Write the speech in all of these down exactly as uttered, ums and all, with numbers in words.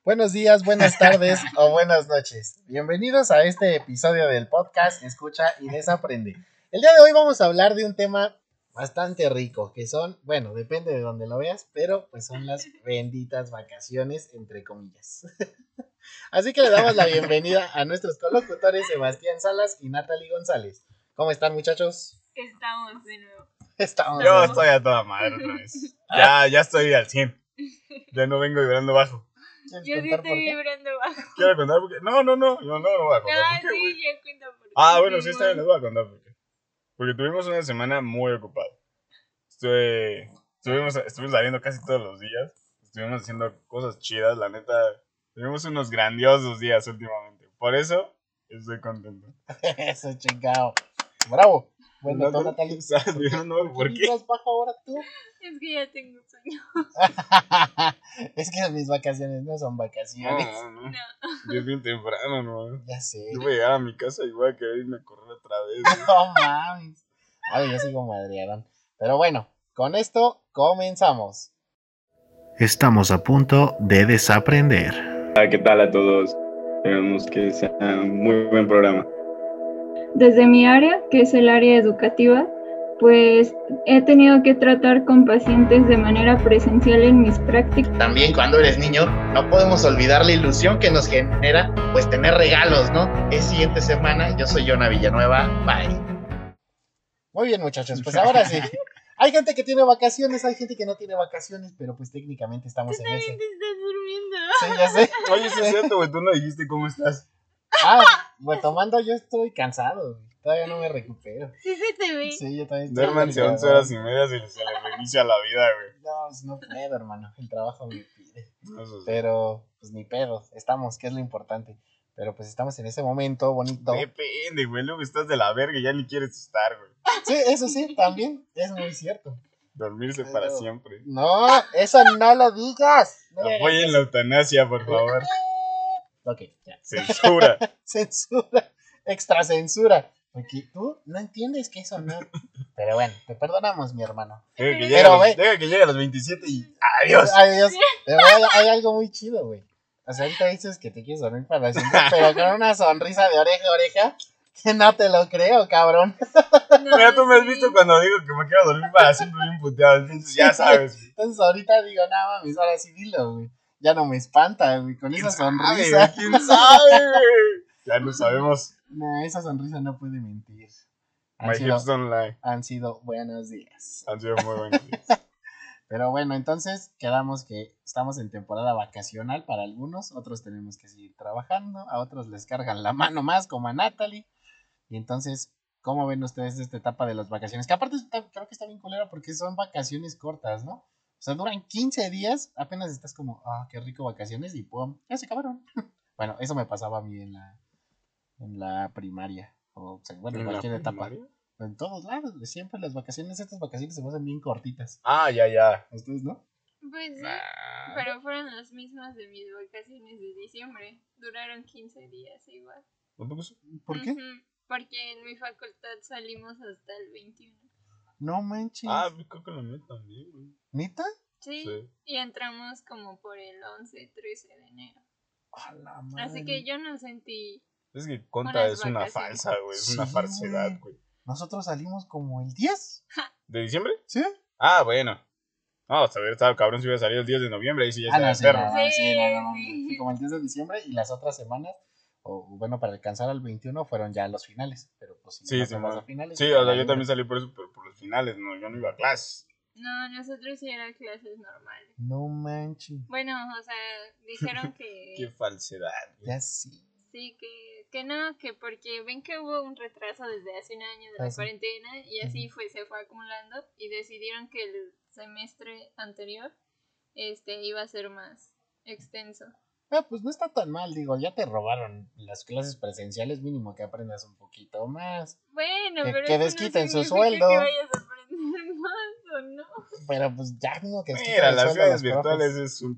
Buenos días, buenas tardes o buenas noches. Bienvenidos a este episodio del podcast Escucha y Desaprende. El día de hoy vamos a hablar de un tema bastante rico, que son, bueno, depende de donde lo veas, pero pues son las benditas vacaciones, entre comillas. Así que le damos la bienvenida a nuestros colocutores Sebastián Salas y Natalie González. ¿Cómo están, muchachos? Estamos de nuevo. Estamos. Yo estoy a toda madre otra vez. Ya, ya estoy al cien. Ya no vengo vibrando bajo. Yo sí estoy vibrando bajo. ¿Quiero contar por qué? No, no, no, yo no lo voy a contar. Ah, ¿Por qué, güey? sí, ya cuenta por qué. Ah, bueno, sí, está bien, les voy a contar por qué. Porque tuvimos una semana muy ocupada. Estuve, estuvimos, estuvimos saliendo casi todos los días. Estuvimos haciendo cosas chidas, la neta. Tuvimos unos grandiosos días últimamente. Por eso estoy contento. Eso, chingado. Bravo. Bueno, No, tú, no, Natalie. ¿sabes? Yo no, ¿por qué? ¿Vibras bajo ahora tú? Es que ya tengo sueño. Es que mis vacaciones no son vacaciones. No, no, no. No. Y es bien temprano, ¿no? Ya sé. Yo voy a llegar a mi casa y voy a querer irme a correr otra vez. No mames. Ay, yo sigo madreadón. Pero bueno, con esto comenzamos. Estamos a punto de desaprender. ¿Qué tal a todos? Esperamos que sea un muy buen programa. Desde mi área, que es el área educativa, pues he tenido que tratar con pacientes de manera presencial en mis prácticas. También cuando eres niño, no podemos olvidar la ilusión que nos genera, pues tener regalos, ¿no? Es siguiente semana, yo soy Jonah Villanueva, bye. Muy bien, muchachos, pues ahora sí. Hay gente que tiene vacaciones, hay gente que no tiene vacaciones, pero pues técnicamente estamos Tú en también eso. te estás durmiendo. Sí, ya sé. Oye, sí es cierto, güey, tú no dijiste cómo estás. Ah, bueno, tomando yo estoy cansado, güey. Todavía no me recupero. Sí se te ve. Sí, yo también estoy Duérmanse cansado. once horas y media si se les reinicia la vida, güey. No, pues no puedo, hermano. El trabajo me pide. Eso sí. Pero, pues ni pedo. Estamos, que es lo importante. Pero pues estamos en ese momento bonito. Depende, güey, luego estás de la verga y ya ni quieres estar, güey. Sí, eso sí, también. Es muy cierto. Dormirse para Pero- siempre. No, eso no lo digas. No le Apoyen hagas la eutanasia, por favor. eso. Ok, ya. Censura. Censura. Extra censura. Porque tú no entiendes que eso no. Pero bueno, te perdonamos, mi hermano. Deja que, Pero, llegue a los, güey. deja que llegue a los veintisiete y adiós. Ay, Dios. Pero hay, hay algo muy chido, güey. O sea, ahorita dices que te quieres dormir para siempre, pero con una sonrisa de oreja a oreja, que no te lo creo, cabrón. No, Mira, tú me has sí. visto cuando digo que me quiero dormir para siempre bien puteado. Entonces ya sabes, güey. Entonces ahorita digo, no mames, ahora sí dilo, güey. Ya no me espanta, güey, con esa ¿Quién sabe, sonrisa. güey? ¿Quién sabe, güey? Ya no sabemos. No, esa sonrisa no puede mentir. Han My sido, hips don't lie. han sido buenos días. Han sido muy buenos días. Pero bueno, entonces quedamos que estamos en temporada vacacional para algunos, otros tenemos que seguir trabajando, a otros les cargan la mano más, como a Natalie. Y entonces, ¿cómo ven ustedes esta etapa de las vacaciones? Que aparte está- creo que está bien culera porque son vacaciones cortas, ¿no? O sea, duran quince días, apenas estás como, ah, qué rico vacaciones y pum, ya se acabaron. Bueno, eso me pasaba a mí en la, en la primaria, o sea, bueno, en ¿En la cualquier etapa. primaria? En todos lados, de siempre las vacaciones, estas vacaciones se me hacen bien cortitas. Ah, ya, ya. ¿A ustedes no? Pues sí, Nah. pero fueron las mismas de mis vacaciones de diciembre. Duraron quince días igual. ¿Tampoco sí? ¿Por qué? Ujú, porque en mi facultad salimos hasta el veintiuno. No manches. Ah, creo que la mía también, güey. ¿Neta? Sí, Sí. y entramos como por el once, trece de enero. A la madre. Así que yo no sentí... Es que Conta Unas es una vacaciones. falsa, güey. Es una Sí, falsedad, güey. güey. Nosotros salimos como el diez. ¿De diciembre? ¿Sí? Ah, bueno. No, hasta ver, estaba cabrón si hubiera salido el diez de noviembre. Ahí sí ya Ah, estaba no, sí, perro. no, no, sí, no, no, no, Sí. sí, como el diez de diciembre y las otras semanas, o bueno, para alcanzar al veintiuno fueron ya los finales, pero pues si Sí, no sí, hacemos no. los finales. Sí, pues, o sea, la yo libre. también salí por eso, pero por los finales, no, yo no iba a clases. No, nosotros sí eran clases normales. No manches. Bueno, o sea, dijeron que... Qué falsedad, güey. Ya sí. Sí, que, que no, que porque ven que hubo un retraso desde hace un año de la Ah, sí. cuarentena y así fue, se fue acumulando y decidieron que el semestre anterior este iba a ser más extenso. Ah, pues no está tan mal, digo, ya te robaron las clases presenciales, mínimo que aprendas un poquito más. Bueno, Que- pero que eso desquiten no su significa sueldo. que vayas a aprender más o no. Pero pues ya mismo que desquiten Mira, el las sueldo a clases los virtuales profes. es un pedo.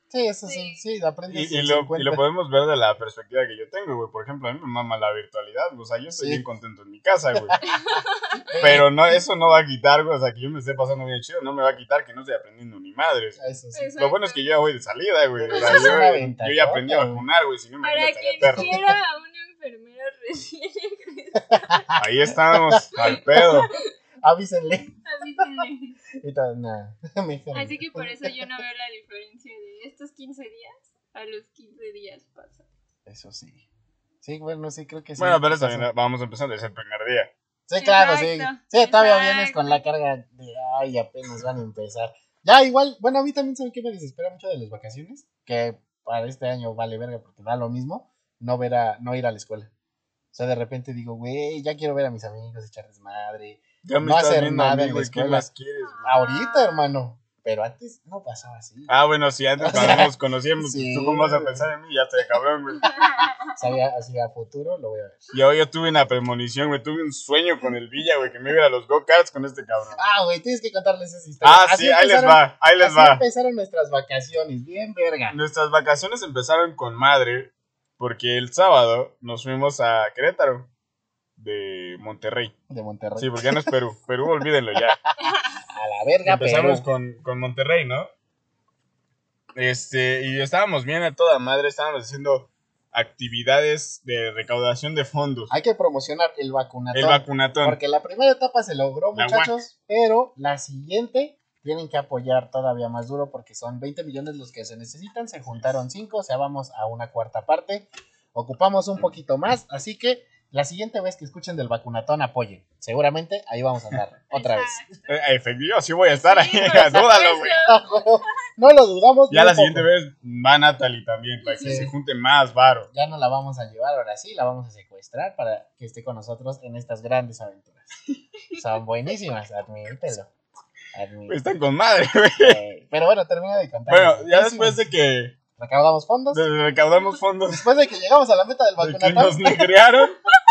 Sí, eso sí, sí, aprendes. Y, y, el lo, y cincuenta. lo podemos ver de la perspectiva que yo tengo, güey. Por ejemplo, a mí me mama la virtualidad, güey. O sea, yo estoy Sí. bien contento en mi casa, güey. Pero no, eso no va a quitar, güey. O sea, que yo me esté pasando bien chido, no me va a quitar que no estoy aprendiendo ni madres. Eso sí. Exacto. Lo bueno es que yo ya voy de salida, güey. O sea, Eso es yo, una yo ventaja, ya aprendí a güey. vacunar, güey. Si no me Para estaría quien perro. quiera a una enfermera recién egresada, Ahí estamos, al pedo. Avísenle. avísenle. Ahorita, nada. Mejor. Así que por eso yo no veo la diferencia de estos quince días a los quince días pasan. Eso sí. Sí, bueno, sí, creo que sí. Bueno, pero eso Pasa. también vamos empezando, es el primer día. Sí, claro, sí. Exacto, Sí, todavía exacto. vienes con la carga de, ay, apenas van a empezar. Ya, igual, bueno, a mí también, ¿saben qué me desespera mucho de las vacaciones? Que para este año vale verga porque da lo mismo no ver a, no ir a la escuela. O sea, de repente digo, güey, ya quiero ver a mis amigos, echarles madre. Ya me No estás hacer viendo a nada mí, en la güey. ¿Qué escuela. más quieres, güey? Ahorita, hermano. Pero antes no pasaba así. Ah, bueno, si antes cuando nos conocíamos, Sí, ¿tú cómo vas a güey. pensar en mí? Ya estoy cabrón, güey. Sabía así a futuro, lo voy a ver. Yo, yo tuve una premonición, güey. Tuve un sueño con el Villa, güey, que me iba a ir a los go-karts con este cabrón. Ah, güey, tienes que contarles esa historia. Ah, Así sí, ahí les empezaron- va, ahí les así va. empezaron nuestras vacaciones, bien verga. Nuestras vacaciones empezaron con madre, porque el sábado nos fuimos a Querétaro, de Monterrey. De Monterrey. Sí, porque ya no es Perú. Perú, olvídenlo ya. A la verga, Empezamos pero. con, con Monterrey, ¿no? Este, y estábamos bien a toda madre, estábamos haciendo actividades de recaudación de fondos. Hay que promocionar el vacunatón. El vacunatón. Porque la primera etapa se logró, La muchachos, pero la siguiente tienen que apoyar todavía más duro porque son veinte millones los que se necesitan. Se juntaron cinco, o sea, vamos a una cuarta parte. Ocupamos un poquito más, así que la siguiente vez que escuchen del vacunatón, apoyen. Seguramente ahí vamos a andar otra vez. Exacto. Eh, efectivo, sí voy a estar Sí, ahí, por dúdalo, güey. supuesto. No lo dudamos. Ya ni la un siguiente poco. vez va Natalie también, para que Sí. se junte más varo. Ya no la vamos a llevar, ahora sí, la vamos a secuestrar para que esté con nosotros en estas grandes aventuras. Son buenísimas, admítelo. Admítelo. Están con madre, güey. Eh, Pero bueno, termina de contar. Bueno, ya después de que Recaudamos fondos. de- recaudamos fondos, Después de que llegamos a la meta del de que nos vacunatón. negrearon,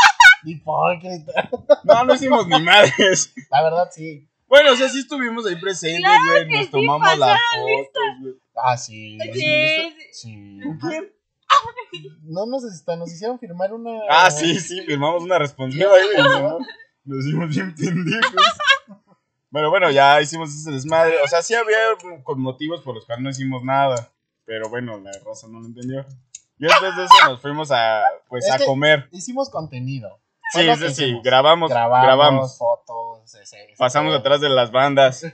Hipócrita. no, no hicimos ni madres. La verdad, sí. Bueno, o sea, sí estuvimos ahí presentes, Claro güey, que nos sí, tomamos las pasaron fotos, güey. Ah, sí. Sí, Sí. ¿Con quién? No nos, está- nos hicieron firmar una. Ah, sí, sí, firmamos una responsiva ahí, güey, ¿no? Nos hicimos bien pendejos. Bueno, bueno, ya hicimos ese desmadre. O sea, sí había con motivos por los cuales no hicimos nada. Pero bueno, la raza no lo entendió. Y después de eso nos fuimos a, pues, Es a que- comer. Hicimos contenido. Fue Sí, lo sí, que sí, hicimos. grabamos, grabamos, grabamos. fotos. ese- ese Pasamos pedo. atrás de las bandas.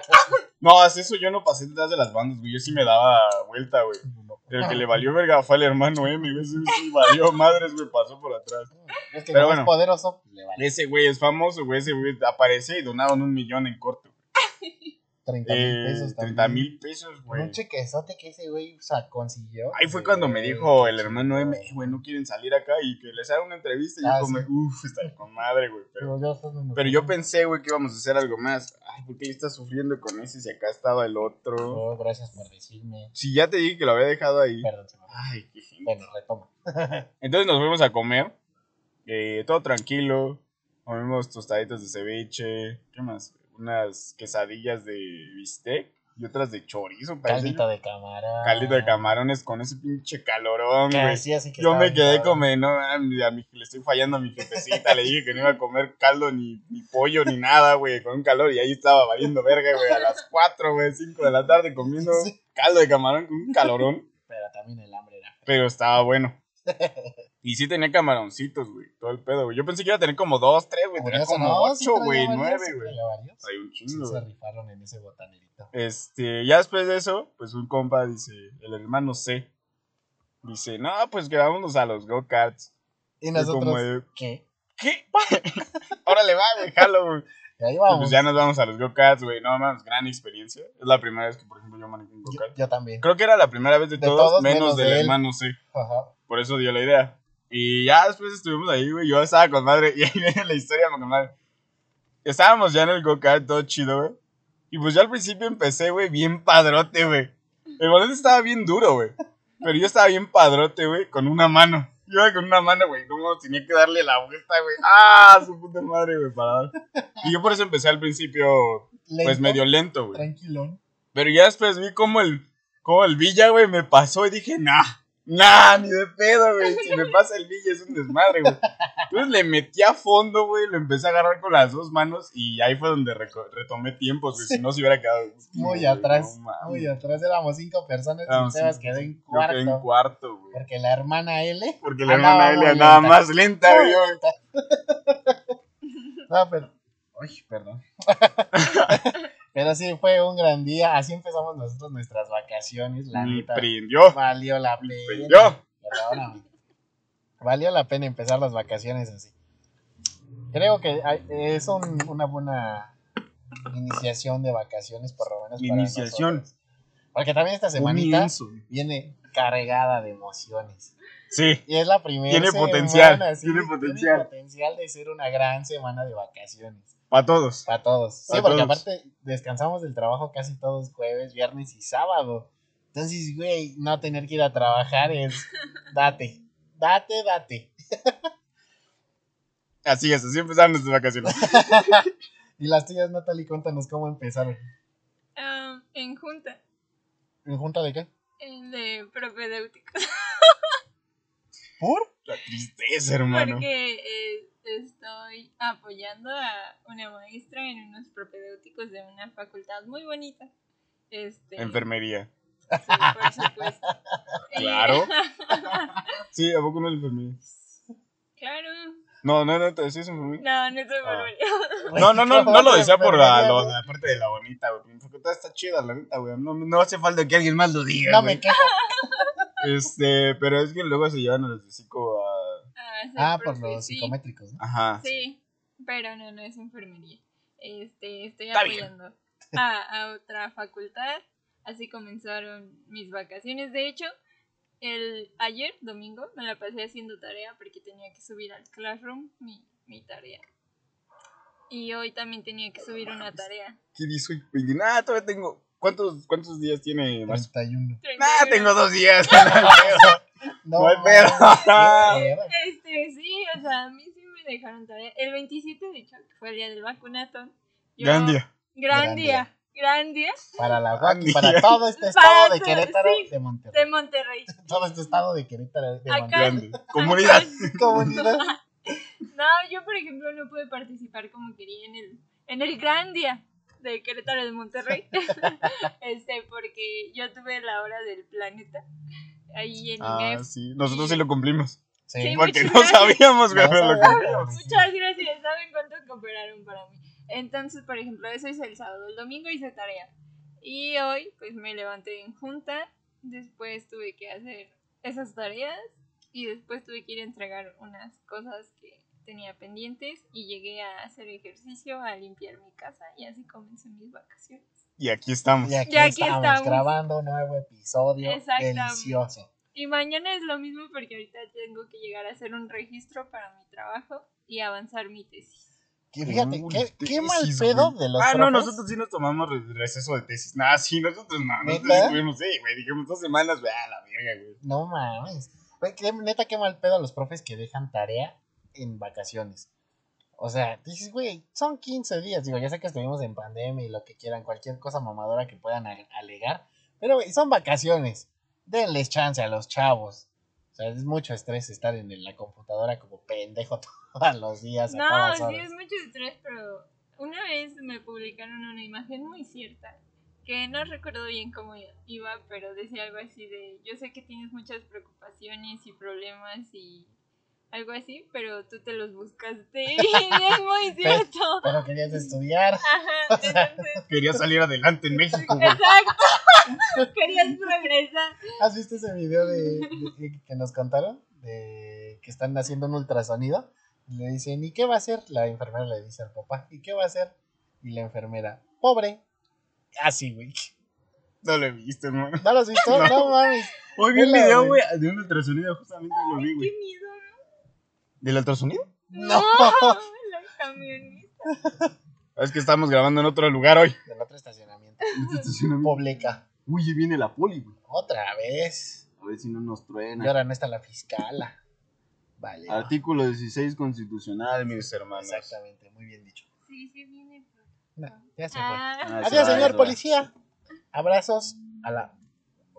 No, haz eso yo no pasé detrás de las bandas, güey. Yo sí me daba vuelta, güey. El que le valió verga fue el hermano Emi, güey. Ese sí valió madres, güey. Pasó por atrás. Es que Pero como bueno. es poderoso, pues, le vale. Ese güey es famoso, güey. Ese güey aparece y donaron un millón en corto. treinta mil pesos Eh, también. treinta mil pesos, Un güey. chequezote que ese güey o sea, consiguió. Ahí fue Sí, cuando me güey, dijo qué el hermano chido. M, "Eh, güey, no quieren salir acá y que les haga una entrevista. Y Ah, yo como, sí. uff, está con madre, güey. Pero, Pero, ya fue donde- pero yo pensé, güey, que íbamos a hacer algo más. Ay, ¿por qué él está sufriendo con ese si acá estaba el otro? Oh, gracias por decirme. Si ya te dije que lo había dejado ahí. Perdón, se me fue. Ay, qué gente. Bueno, retoma. Entonces nos fuimos a comer. eh, todo tranquilo. Comimos tostaditos de ceviche. ¿Qué más? Unas quesadillas de bistec y otras de chorizo. parece. Caldito de camarón. Caldito de camarones con ese pinche calorón, Que güey. sí, así que Yo estaba me quedé bien, como, no, a mi, a mi- le estoy fallando a mi jefecita. Le dije que no iba a comer caldo, ni, ni pollo, ni nada, güey, con un calor. Y ahí estaba valiendo verga, güey, a las cuatro, güey, cinco de la tarde comiendo Sí. caldo de camarón con un calorón. Pero también el hambre era. Pero estaba bueno. Y sí tenía camaroncitos, güey, todo el pedo, güey. Yo pensé que iba a tener como dos, tres, güey. Tenía Curioso, como ¿no? Sí ocho, traía güey, varios, nueve, sí güey. traía varios. Hay un Sí, chingo, se güey. rifaron en ese botanerito. Este, ya después de eso, pues un compa dice, el hermano C, dice, no, pues que vámonos a los go-karts. Y Y nosotros, como de, ¿qué? ¿qué? Órale, va, güey, jalo, güey. Y ahí Y vamos. pues ya nos vamos a los go-karts, güey. No, mames, gran experiencia. Es la primera vez que, por ejemplo, yo manejo un yo, go-kart. yo también. Creo que era la primera vez de, De todos, todos, menos, menos del de él. hermano C. Ajá. Por eso dio la idea. Y ya después estuvimos ahí, güey. Yo estaba con madre. Y ahí viene la historia con madre. Estábamos ya en el go-kart, todo chido, güey. Y pues yo al principio empecé, güey, bien padrote, güey. El volante estaba bien duro, güey. Pero yo estaba bien padrote, güey, con una mano. Yo iba con una mano, güey. Como tenía que darle la vuelta, güey. ¡Ah! Su puta madre, güey, para dar. Y yo por eso empecé al principio, pues Lento, medio lento, güey. Tranquilón. Pero ya después vi como el, como el Villa, güey, me pasó y dije, nah, nah, ni de pedo, güey. Si me pasa el Villa es un desmadre, güey. Entonces le metí a fondo, güey, lo empecé a agarrar con las dos manos y ahí fue donde reco- retomé tiempos, güey. Si no se hubiera quedado Muy güey, atrás, no mames. muy atrás. Éramos cinco personas Éramos y Sebas cinco, quedó en Yo cuarto. quedé en cuarto, güey. Porque la hermana L. Porque la andaba hermana muy L andaba lenta. más lenta, Muy güey. yo- lenta. No, pero. Ay, perdón. Pero sí, fue un gran día. Así empezamos nosotros nuestras vacaciones. La Ni neta. prendió. Valió la pena. Prendió. Perdóname. Valió la pena empezar las vacaciones así. Creo que hay- es un- una buena iniciación de vacaciones, por lo menos. Para Iniciación. nosotros. Porque también esta semanita Comienzo. viene cargada de emociones. Sí. Y es la primera Tiene semana, potencial, sí, tiene potencial. potencial de ser una gran semana de vacaciones. Para todos. Para todos. Sí, Pa' porque todos. aparte descansamos del trabajo casi todos jueves, viernes y sábado. Entonces, güey, no tener que ir a trabajar es date, date, date. Así es, así empezaron nuestras vacaciones. Y las tuyas, Natalie, cuéntanos cómo empezaron. Ah, en junta, ¿En junta de qué? en de propedéuticos. ¿Por? La tristeza, hermano. Porque eh, estoy apoyando a una maestra en unos propedéuticos de una facultad muy bonita. Este, Enfermería. Sí, por supuesto. Claro. Sí, ¿a poco no es enfermería? Claro. No, no, no, te decías enfermería. No, no es enfermería. No, no, no, no lo decía por la, Enfermería, lo- güey. la parte de la bonita, güey. Mi facultad está chida, la neta, güey. No, no hace falta que alguien más lo diga, No güey. me quejo. Este, pero es que luego se llevan a los de psico a... Ah, sí, Ah, por profe, los sí. psicométricos, ¿no? Ajá. Sí, pero no, no es enfermería. Este, estoy Está bien. apoyando a, a otra facultad. Así comenzaron mis vacaciones. De hecho, el ayer, domingo, me la pasé haciendo tarea porque tenía que subir al Classroom mi, mi tarea. Y hoy también tenía que subir una tarea. ¿Qué dice? Oye, nada, todavía tengo... ¿Cuántos, cuántos días tiene más? treinta y uno. Ah, tengo dos días. No, No hay pedo. mames. Este, sí, o sea, a mí sí me dejaron tarea. El veintisiete, de hecho, que fue el día del vacunatón. yo- Gran día. Gran Gran día. Gran día Para la Gran Guaki, día. para todo este Para estado de todo, Querétaro, sí. de de Monterrey. Monterrey. Todo este estado de Querétaro, de Acá. Monterrey. Grande. Comunidad. Comunidad. No, yo por ejemplo no pude participar como quería en el, en el gran día de Querétaro de Monterrey. Este, porque yo tuve la hora del planeta ahí en Ah, INEF. sí. Nosotros sí lo cumplimos. Sí. Sí, Porque muchas no gracias. sabíamos, güey, No pero lo sabíamos. cumplimos. Muchas gracias, ¿saben cuánto cooperaron para mí? Entonces, por ejemplo, eso hice el sábado, el domingo hice tarea. Y hoy, pues me levanté en junta, después tuve que hacer esas tareas y después tuve que ir a entregar unas cosas que tenía pendientes y llegué a hacer ejercicio, a limpiar mi casa y así comencé mis vacaciones. Y aquí estamos. Y aquí, Y aquí estamos, estamos. grabando un nuevo episodio Exactamente. delicioso. Y mañana es lo mismo porque ahorita tengo que llegar a hacer un registro para mi trabajo y avanzar mi tesis. Que fíjate, Uy, qué, qué tesis, mal pedo güey. de los Ah, no, profes. nosotros sí nos tomamos re- receso de tesis. Nah, sí, nosotros no. Nosotros ¿Neta? estuvimos, sí, güey. Dijimos dos semanas, güey, a la verga, güey. No mames. Güey, qué- neta, qué mal pedo a los profes que dejan tarea en vacaciones. O sea, dices, güey, son quince días. Digo, ya sé que estuvimos en pandemia y lo que quieran, cualquier cosa mamadora que puedan a- alegar. Pero, güey, son vacaciones. Denles chance a los chavos. O sea, es mucho estrés estar en la computadora como pendejo todos los días, a No, todas sí horas. es mucho estrés, pero una vez me publicaron una imagen muy cierta, que no recuerdo bien cómo iba, pero decía algo así de, yo sé que tienes muchas preocupaciones y problemas y algo así, pero tú te los buscaste y es muy cierto. Pero querías estudiar. Ajá, entonces, Quería salir adelante en México, güey. exacto, querías progresar. ¿Has visto ese video de, de- que nos contaron? De que están haciendo un ultrasonido. Y le dicen, ¿y qué va a hacer? La enfermera le dice al papá, ¿y qué va a hacer? Y la enfermera, pobre. Así, güey. No lo he visto, hermano. ¿No lo has visto? No. No, mames. Hoy vi un Vela, video, güey. güey, de un ultrasonido, justamente lo vi, Qué güey. miedo, ¿Del ultrasonido? ¿no? No. La camioneta. Es que estamos grabando en otro lugar hoy. Del otro estacionamiento. Pobleca. Uy, ahí viene la poli, güey. Otra vez. A ver si no nos Y truena. ahora no está la fiscala. Vale. Artículo dieciséis constitucional, mis hermanos. Exactamente, muy bien dicho. Sí, sí viene. No, ya se fue. Ah. Ah, Adiós, se va, señor se va. policía. Abrazos a la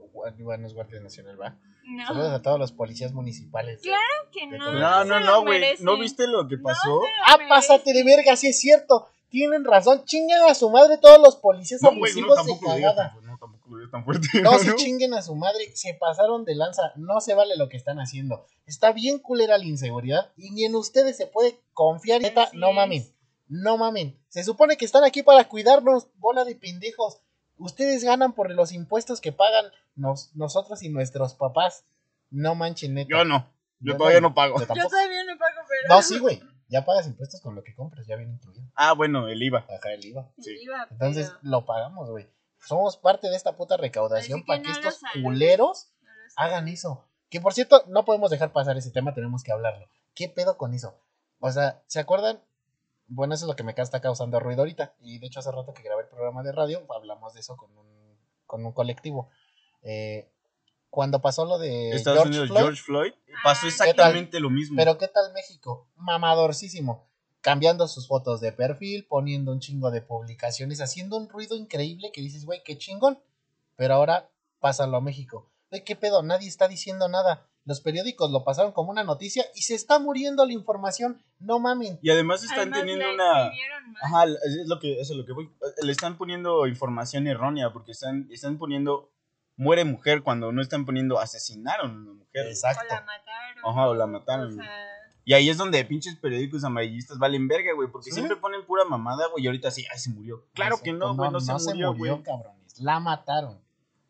bueno, es Guardia Nacional, ¿va? No. Saludos a todos los policías municipales. de- Claro que de no. todo el No, país. no, se no, lo güey. merece. ¿No viste lo que pasó? Ah, pásate de verga, sí es cierto. Tienen razón, chinguen a su madre todos los policías No, güey, no, abusivos de tampoco lo digas cagada. tan, no, tampoco lo digas tan fuerte. No, se chinguen a su madre, se pasaron de lanza, no se vale lo que están haciendo. Está bien culera la inseguridad y ni en ustedes se puede confiar, neta, Así no es. mamen, no mamen. Se supone que están aquí para cuidarnos, bola de pendejos. Ustedes ganan por los impuestos que pagan nos, nosotros y nuestros papás. No manchen, neta. Yo no. Yo, Yo todavía no- no pago. yo Yo tampoco. todavía no pago, pero. No, sí, güey, ya pagas impuestos con lo que compras, ya viene incluido. Ah, bueno, el I V A. Acá el I V A. Sí. Iba, Entonces pero lo pagamos, güey. Somos parte de esta puta recaudación Así que para que no lo estos saludes. culeros no lo sé. hagan eso. Que por cierto, no podemos dejar pasar ese tema, tenemos que hablarlo. ¿Qué pedo con eso? O sea, ¿se acuerdan? Bueno, eso es lo que me ca- está causando ruido ahorita. Y de hecho, hace rato que grabé el programa de radio, hablamos de eso con un, con un colectivo. Eh, cuando pasó lo de Estados George Unidos, Floyd, George Floyd, pasó Ah, exactamente lo mismo. pero ¿qué tal México? Mamadorcísimo. Cambiando sus fotos de perfil, poniendo un chingo de publicaciones, haciendo un ruido increíble que dices, güey, qué chingón. Pero ahora pásalo a México. Güey, qué pedo, nadie está diciendo nada. Los periódicos lo pasaron como una noticia y se está muriendo la información. No mamen. Y además están Además, teniendo la una... escribieron mal. Ajá, es lo que, eso es lo que voy. Le están poniendo información errónea porque están, están poniendo muere mujer cuando no están poniendo asesinaron a una mujer. O Exacto. la mataron. Ajá, o la mataron. O sea, Y ahí es donde pinches periódicos amarillistas valen verga, güey, porque ¿Sí? siempre ponen pura mamada, güey, y ahorita sí, ay, se murió. Claro que no, güey, no, se murió, güey. cabrones. La mataron.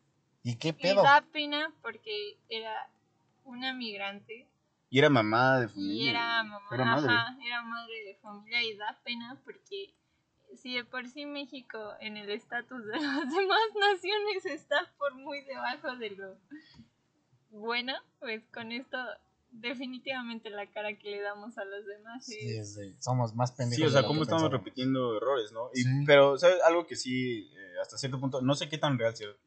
¿Y qué y pedo? da pena porque era una migrante Y era mamá de y familia. era güey. mamá, Era madre. ajá, era madre de familia y da pena porque si de por sí México en el estatus de las demás naciones está por muy debajo de lo bueno, pues con esto definitivamente la cara que le damos a los demás Sí, es... es de- somos más pendejos. Sí, o de sea, lo cómo que estamos pensábamos. repitiendo errores, ¿no? Y, Sí. Pero, ¿sabes? Algo que sí, eh, hasta cierto punto, no sé qué tan real sea,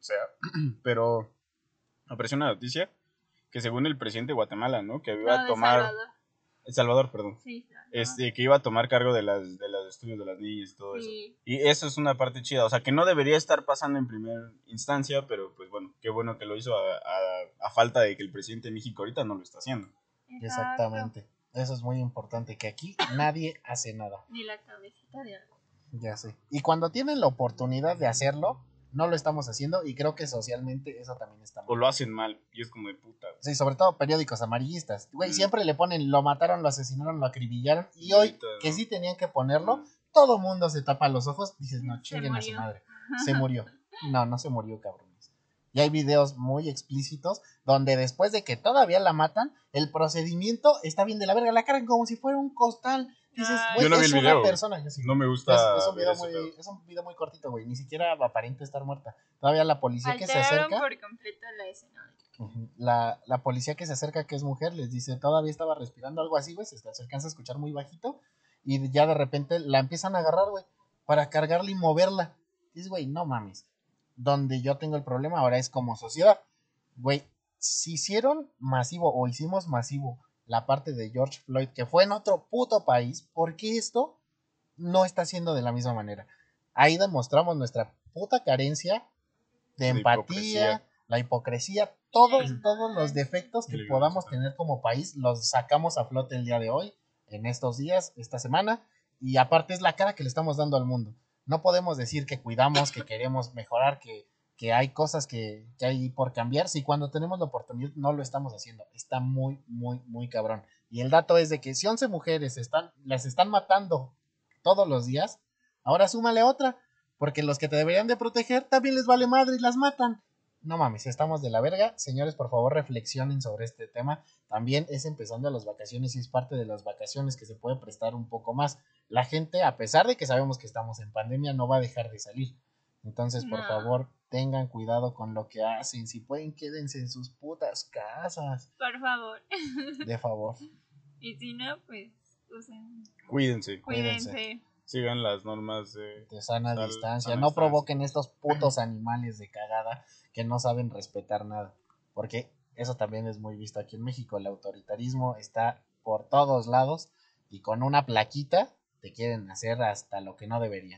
pero apareció una noticia que según el presidente de Guatemala, ¿no? Que iba No, a de tomar... Salvador. El Salvador, perdón. Sí, Salvador. Este, que iba a tomar cargo de las de los estudios de las niñas y todo eso. Sí. Y eso es una parte chida, o sea, que no debería estar pasando en primera instancia, pero pues bueno, qué bueno que lo hizo a, a, a falta de que el presidente de México ahorita no lo está haciendo. Exacto. Exactamente. Eso es muy importante, que aquí nadie hace nada. Ni la cabecita de algo. Ya sé. Y cuando tienen la oportunidad de hacerlo, no lo estamos haciendo y creo que socialmente eso también está O mal. lo hacen mal, y es como de puta. güey. Sí, sobre todo periódicos amarillistas. Güey, Mm. siempre le ponen lo mataron, lo asesinaron, lo acribillaron. Y hoy, Ahorita, ¿no? que sí tenían que ponerlo, Mm. todo mundo se tapa los ojos. Dices, no, Se chinguen a su murió. madre. Se murió. No, no se murió, cabrones. Y hay videos muy explícitos donde después de que todavía la matan, el procedimiento está bien de la verga. La cargan como si fuera un costal. Dices, Ay. güey, Yo no vi es el una video, güey. persona. Yo sí. No me gusta. Es, es un ver video ese muy, pedo. es un video muy cortito, güey. Ni siquiera aparenta estar muerta. Todavía la policía que se Alteraron acerca, por completo la escena. ujú, la, la policía que se acerca, que es mujer, les dice, todavía estaba respirando algo así, güey. Se, está- se alcanza a escuchar muy bajito. Y ya de repente la empiezan a agarrar, güey, para cargarla y moverla. Dices, güey, no mames. Donde yo tengo el problema ahora es como sociedad. Güey, si hicieron masivo o hicimos masivo la parte de George Floyd, que fue en otro puto país, ¿por qué esto no está haciendo de la misma manera? Ahí demostramos nuestra puta carencia de De empatía, hipocresía. la hipocresía, todos, Sí. todos los defectos que Y la podamos ignorancia. tener como país, los sacamos a flote el día de hoy, en estos días, esta semana, y aparte es la cara que le estamos dando al mundo. No podemos decir que cuidamos, que queremos mejorar, que, que hay cosas que, que hay por cambiar, si cuando tenemos la oportunidad no lo estamos haciendo. Está muy, muy, muy cabrón. Y el dato es de que si once mujeres están, las están matando todos los días, ahora súmale otra, porque los que te deberían de proteger también les vale madre y las matan. No mames, estamos de la verga. Señores, por favor, reflexionen sobre este tema. También es empezando las vacaciones y es parte de las vacaciones que se puede prestar un poco más. La gente, a pesar de que sabemos que estamos en pandemia, no va a dejar de salir. Entonces, por No. favor, tengan cuidado con lo que hacen. Si pueden, quédense en sus putas casas. Por favor. De favor. Y si no, pues usen. Cuídense. Cuídense. Cuídense. Sigan las normas de... De sana Sal- distancia. sana No distancia. provoquen estos putos animales de cagada que no saben respetar nada. Porque eso también es muy visto aquí en México. El autoritarismo está por todos lados y con una plaquita te quieren hacer hasta lo que no deberían.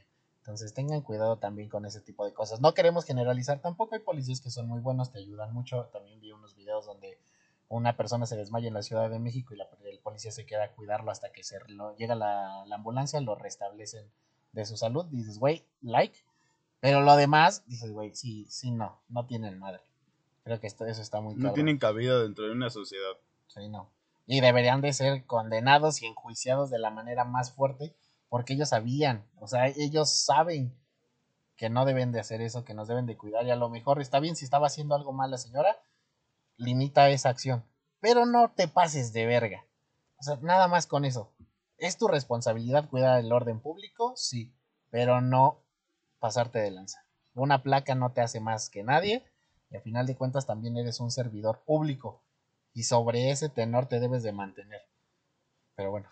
Entonces tengan cuidado también con ese tipo de cosas. No queremos generalizar, tampoco hay policías que son muy buenos, te ayudan mucho. También vi unos videos donde una persona se desmaya en la Ciudad de México y la, el policía se queda a cuidarlo hasta que se lo, llega la, la ambulancia, lo restablecen de su salud. Dices, güey, like. Pero lo demás, dices, güey, sí, sí, no, no tienen madre. Creo que esto, eso está muy No cabrón. tienen cabida dentro de una sociedad. Sí, no. Y deberían de ser condenados y enjuiciados de la manera más fuerte, porque ellos sabían, o sea, ellos saben que no deben de hacer eso, que nos deben de cuidar, y a lo mejor está bien si estaba haciendo algo mal la señora, limita esa acción, pero no te pases de verga. O sea, nada más con eso. ¿Es tu responsabilidad cuidar el orden público? Sí, pero no pasarte de lanza. Una placa no te hace más que nadie, y al final de cuentas también eres un servidor público, y sobre ese tenor te debes de mantener. Pero bueno,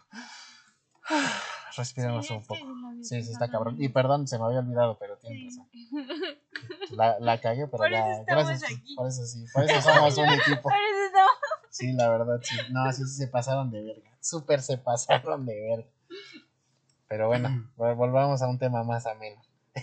respiramos Sí, un es que poco. se me había Sí, sí, está pasado cabrón. algo. Y perdón, se me había olvidado, pero tienes Sí. razón. La, la cagué, pero Por ya, eso estamos gracias. aquí. Por eso sí, por eso somos un equipo. Por eso estamos. Sí, la verdad, sí. No, sí, sí se pasaron de verga. Súper se pasaron de verga. Pero bueno, vol- volvamos a un tema más ameno.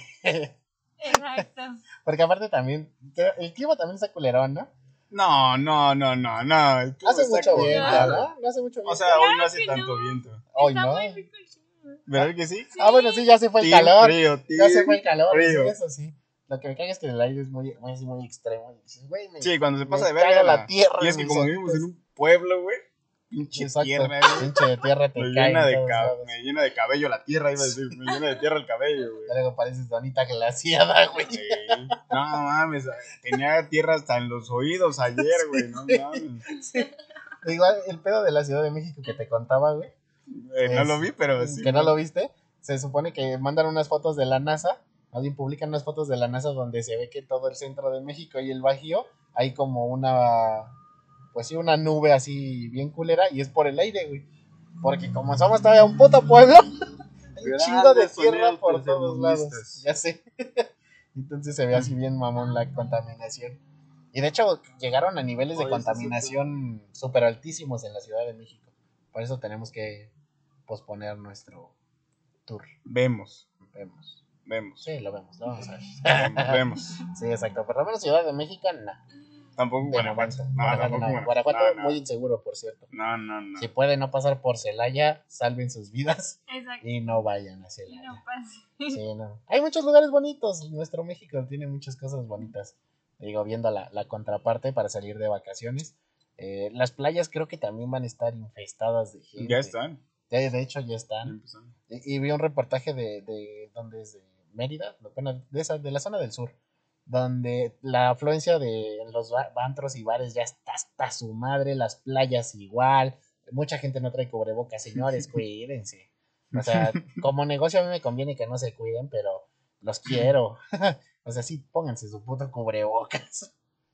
Exacto. Porque aparte también, el clima también está culerón, ¿no? No, no, no, no, no. el clima Hace está mucho con viento, madre. ¿no? No hace mucho viento. O sea, hoy no hace que tanto no. viento. Hoy Está no. muy rico el clima. ¿Verdad que sí? Ah, bueno, sí, ya se fue el Team calor. frío, Ya se team fue el calor, frío. sí, eso sí. Lo que me caga es que el aire es muy, muy, muy extremo. Y dices, güey, me, Sí, cuando se pasa me de verga caga la la tierra. Y es que mis como ojitos. vivimos en un pueblo, güey, pinche Exacto, tierra, güey. pinche de tierra te Me cae llena, en de todos ca- lados. me llena de cabello la tierra, iba a decir. Me llena de tierra el cabello, güey. Ya luego pareces Donita glaciada, güey. Sí. No mames, tenía tierra hasta en los oídos ayer, güey. No mames. Sí. Igual el pedo de la Ciudad de México que te contaba, güey. Eh, no es- lo vi, pero sí. Que no lo viste. Se supone que mandan unas fotos de la NASA. Alguien publica unas fotos de la NASA donde se ve que todo el centro de México y el Bajío hay como una, pues sí, una nube así bien culera, y es por el aire, güey. Porque como somos todavía un puto pueblo, hay un Grandes chingo de tierra sonidos por todos lados. tercermundistas. Ya sé. Entonces se ve así bien mamón la contaminación. Y de hecho llegaron a niveles de Oye, sí, contaminación súper altísimos en la Ciudad de México. Por eso tenemos que posponer nuestro tour. Vemos, Vemos. vemos. Sí, lo vemos, lo vamos a ver. Vemos, vemos. Sí, exacto. Por lo menos Ciudad de México, no. Tampoco De Guanajuato. momento. No, Guanajuato, tampoco no. Guanajuato. Guanajuato, No, muy no. inseguro, por cierto. No, no, no. Si pueden no pasar por Celaya, salven sus vidas Exacto. y no vayan a Y Celaya. no pase. Sí, no. Hay muchos lugares bonitos. Nuestro México tiene muchas cosas bonitas. Digo, viendo la, la contraparte para salir de vacaciones. Eh, las playas creo que también van a estar infestadas de gente. Ya están. De, de hecho, ya Ya están. empezaron. Y, y vi un reportaje de, de ¿dónde es? De Mérida, bueno, de, esa, de la zona del sur, donde la afluencia de los ba- antros y bares ya está hasta su madre, las playas igual, mucha gente no trae cubrebocas, señores, cuídense. O sea, como negocio a mí me conviene que no se cuiden, pero los quiero. O sea, sí, pónganse su puto cubrebocas.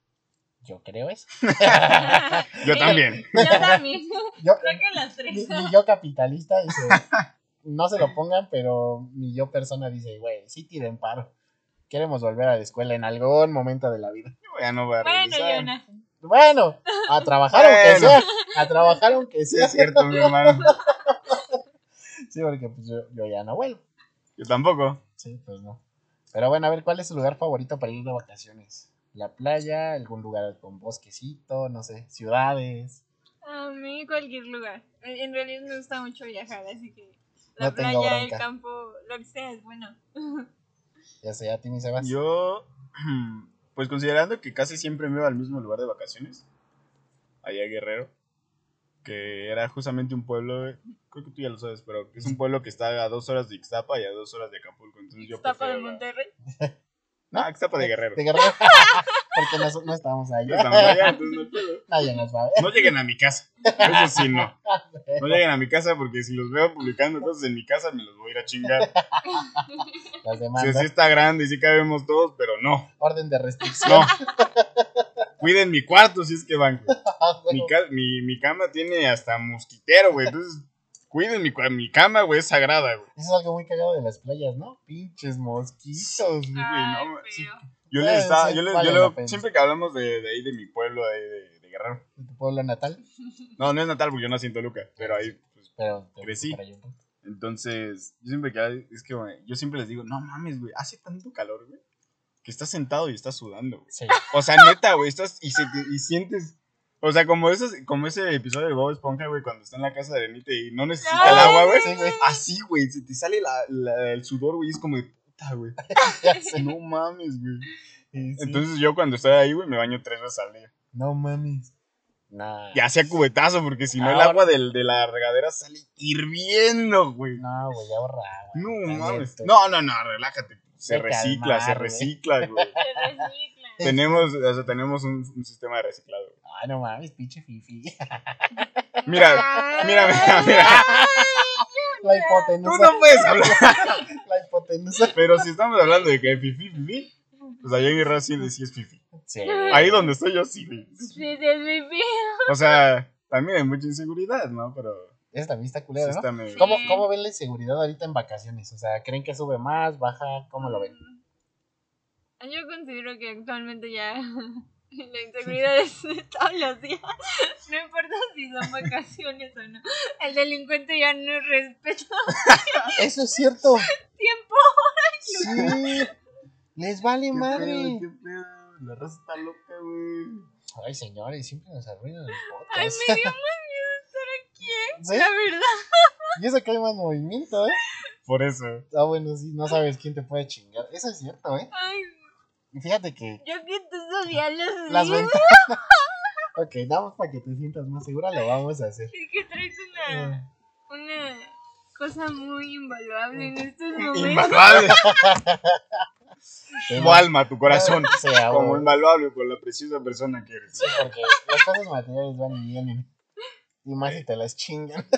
Yo creo eso. Yo Sí, también. Yo también. Yo, Creo que las tres. mi, mi yo capitalista dice, no se lo pongan, pero mi yo persona dice, güey, sí tiren paro. Queremos volver a la escuela en algún momento de la vida. Yo ya no voy a Bueno, regresar. Jonas. Bueno, a trabajar aunque Bueno. sea, a trabajar aunque Sí, sea. es cierto, mi hermano. Sí, porque pues yo, yo ya no vuelvo. Yo tampoco. Sí, pues no. Pero bueno, a ver, ¿cuál es su lugar favorito para ir de vacaciones? ¿La playa? ¿Algún lugar con bosquecito? No sé, ciudades. A mí cualquier lugar. En realidad me gusta mucho viajar, así que la No tengo playa, el bronca. campo, lo que sea es bueno. Ya sé, a ti ni se vas. Yo, pues considerando que casi siempre me iba al mismo lugar de vacaciones, allá a Guerrero, que era justamente un pueblo, creo que tú ya lo sabes, pero es un pueblo que está a dos horas de Ixtapa y a dos horas de Acapulco, entonces yo Tapa de prefiero la- Monterrey. No, Ixtapa de Guerrero. De Guerrero. Porque no, no estábamos No allá. estamos allá, entonces no hay pedo. Nadie nos va a ver. No lleguen a mi casa, eso sí, no. No lleguen a mi casa porque si los veo publicando cosas en mi casa me los voy a ir a chingar. Las Sí, demandas. sí está grande y sí cabemos todos, pero no. Orden de restricción. No. Cuiden mi cuarto si es que van. Ah, Mi, bueno. ca- mi, mi cama tiene hasta mosquitero, güey. Entonces, cuiden mi, cua- mi cama, güey, es sagrada, güey. Eso es algo muy cagado de las playas, ¿no? Pinches mosquitos. güey. Ay, no, feo. Yo Eh, les estaba, sí, yo les, vale yo la le- pena. siempre que hablamos de, de ahí, de mi pueblo, de, de, de Guerrero. De tu pueblo natal. No, no es natal porque yo nací en Toluca, pero ahí, pues, Pero te Crecí. para allá un poco. Entonces, yo siempre que es que, güey, yo siempre les digo, no mames, güey, hace tanto calor, güey, que estás sentado y estás sudando, güey. Sí. O sea, neta, güey, estás y, se te, y sientes, o sea, como, esos, como ese episodio de Bob Esponja, güey, cuando está en la casa de Arenita y no necesita Ay, el agua, güey. sí, güey. Así, güey, se te sale la, la, el sudor, güey, y es como de puta, güey. Ya sé. No mames, güey. Sí, sí. Entonces yo cuando estoy ahí, güey, me baño tres veces al día. No mames. Nah. Ya sea cubetazo, porque si no el Ahora- agua del, de la regadera sale hirviendo, güey. No, güey, ahorra, güey. No mames. Caliente. No, no, no, relájate. Se Te recicla, se calmar, güey. recicla, güey. Se recicla. tenemos, o sea, tenemos un, un sistema de reciclado, güey. Ay, no mames, pinche fifi. Mira, mira, mira, mira. La Tú hipotenusa. no puedes hablar. La hipotenusa. Pero si estamos hablando de que fifi, fifi, pues allá en Guerrero sí, sí es fifi. Sí. Ahí donde estoy yo sí, güey. Sí, sí, es mi O sea, también hay mucha inseguridad, ¿no? Pero Esa también está sí culera, ¿no? está medio... ¿Cómo, ¿Cómo ven la inseguridad ahorita en vacaciones? O sea, ¿creen que sube más, baja? ¿Cómo lo ven? Yo considero que actualmente ya la inseguridad es de todos los días. No importa si son vacaciones o no. El delincuente ya no respeta Eso es cierto. tiempo. Sí. Les vale ¿Qué madre. pedo, qué pedo? La raza está loca, güey. Ay, señores, siempre nos arruinan el Ay, podcast. me dio más miedo estar aquí, ¿eh? ¿Sí? La verdad. Y eso que hay más movimiento, ¿eh? Por eso. Ah, bueno, sí, no sabes quién te puede chingar. Eso es cierto, ¿eh? Ay, Y fíjate que yo que tú odias los las días. ventajas... Ok, damos para que te sientas más segura, lo vamos a hacer. Es que traes una, una cosa muy invaluable en estos momentos. Invaluable. Sí, Tu alma, tu corazón. Sí, a Como huevo. invaluable por la preciosa persona que eres. Sí, porque las cosas materiales van y vienen. Y más si te las chingan.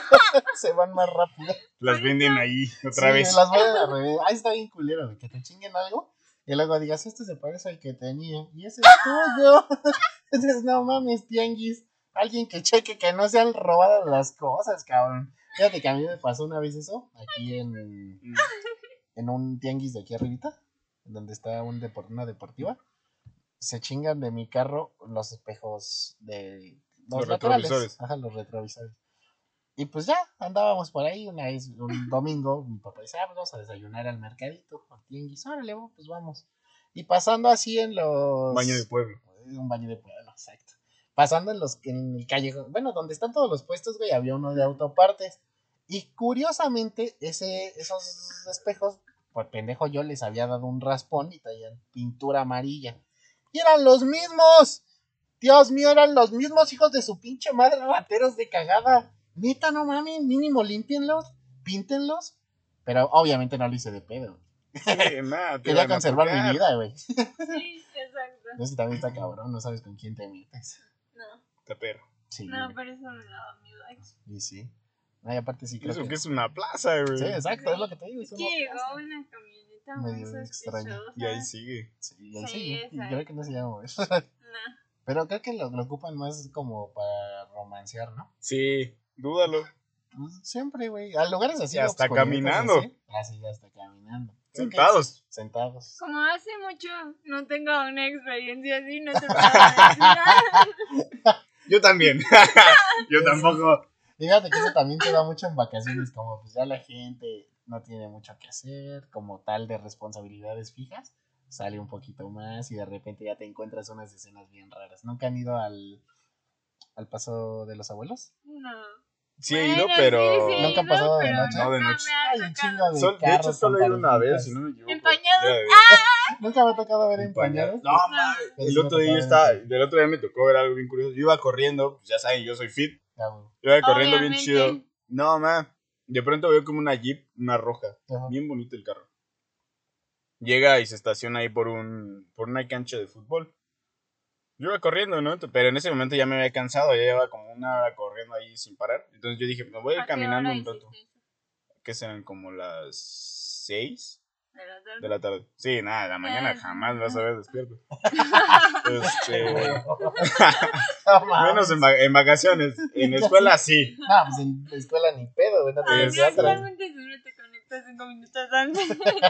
Se van más rápido. Las venden ahí otra Sí, vez. las venden al revés. Ahí está bien culero, güey, que te chinguen algo. Y luego digas, este se parece al que tenía. Y ese es tuyo. Entonces, no mames, tianguis. Alguien que cheque que no se han robado las cosas, cabrón. Fíjate que a mí me pasó una vez eso. Aquí en, Mm. en un tianguis de aquí arribita. Donde está un depor- una deportiva. Se chingan de mi carro los espejos de los, Los laterales. retrovisores. Ajá, los retrovisores. Y pues ya, andábamos por ahí una vez, un domingo, mi papá dice, ah, pues vamos a desayunar al mercadito, al tianguis, órale, pues vamos. Y pasando así en los... Baño de pueblo. Un baño de pueblo, exacto. Pasando en los en el callejón, bueno, donde están todos los puestos, güey, había uno de autopartes. Y curiosamente, ese, esos espejos, por pendejo yo les había dado un raspón y traían pintura amarilla. Y eran los mismos. Dios mío, eran los mismos hijos de su pinche madre, rateros de cagada. Neta, no mames, mínimo límpienlos, píntenlos. Pero obviamente no lo hice de pedo. Sí, nada, te Quería van a conservar mi tocar. vida, güey. Sí, exacto. Eso también está cabrón, no sabes con quién te metes. No, Está perro. Sí, no, güey. pero eso me daba miedo. Ay, Y sí. Ay, aparte sí Y creo eso que... que es una plaza, güey. Sí, exacto, es lo que te digo. Es Es una que llegó plaza. una camioneta muy Medio extraña. sospechosa. Y ahí sigue. Sí, y ahí Sí, sí, y esa. creo que no se llama eso. No. Pero creo que lo, lo ocupan más como para romancear, ¿no? Sí, dúdalo. Pues siempre, güey. A lugares así. Y hasta obscuritos, caminando. así. Ah, sí, hasta caminando. Creo que Sentados. es- Sentados. Como hace mucho no tengo una experiencia así, no te puedo decir nada. Yo también. Yo tampoco. Fíjate que eso también te da mucho en vacaciones, como pues ya la gente no tiene mucho que hacer, como tal de responsabilidades fijas, sale un poquito más y de repente ya te encuentras unas escenas bien raras. ¿Nunca han ido al, al paso de los abuelos? No. Sí he ido, Bueno, pero. sí, sí, ¿Nunca han no, pasado de pero noche? No, de nunca noche. me ha Hay un tocado. chingo de Sol- de hecho, carros solo he con ido una vez, parejitas. si no me equivoco. Empañados. Ya de- Nunca me ha tocado ver empañados. No, mames. El otro día yo estaba. Del otro día me tocó ver algo bien curioso. Yo iba corriendo, pues ya saben, yo soy fit. Ya, güey. Yo iba corriendo Obviamente. bien chido. No, man. De pronto veo como una Jeep, una roja. Ajá. Bien bonito el carro. Llega y se estaciona ahí por un por una cancha de fútbol. Yo iba corriendo, ¿no? Pero en ese momento ya me había cansado, ya llevaba como una hora corriendo ahí sin parar. Entonces yo dije, me voy a ir ¿A qué caminando hora un rato. hiciste eso? Que serán como las seis ¿De la tarde? de la tarde. Sí, nada, de la mañana Ah, jamás no. vas a ver despierto. Este, No, mames. menos en, va- en vacaciones. En escuela sí. No, pues en la escuela ni pedo, güey. No te Ay, ves no, otra. actualmente seguro te conectas cinco minutos antes.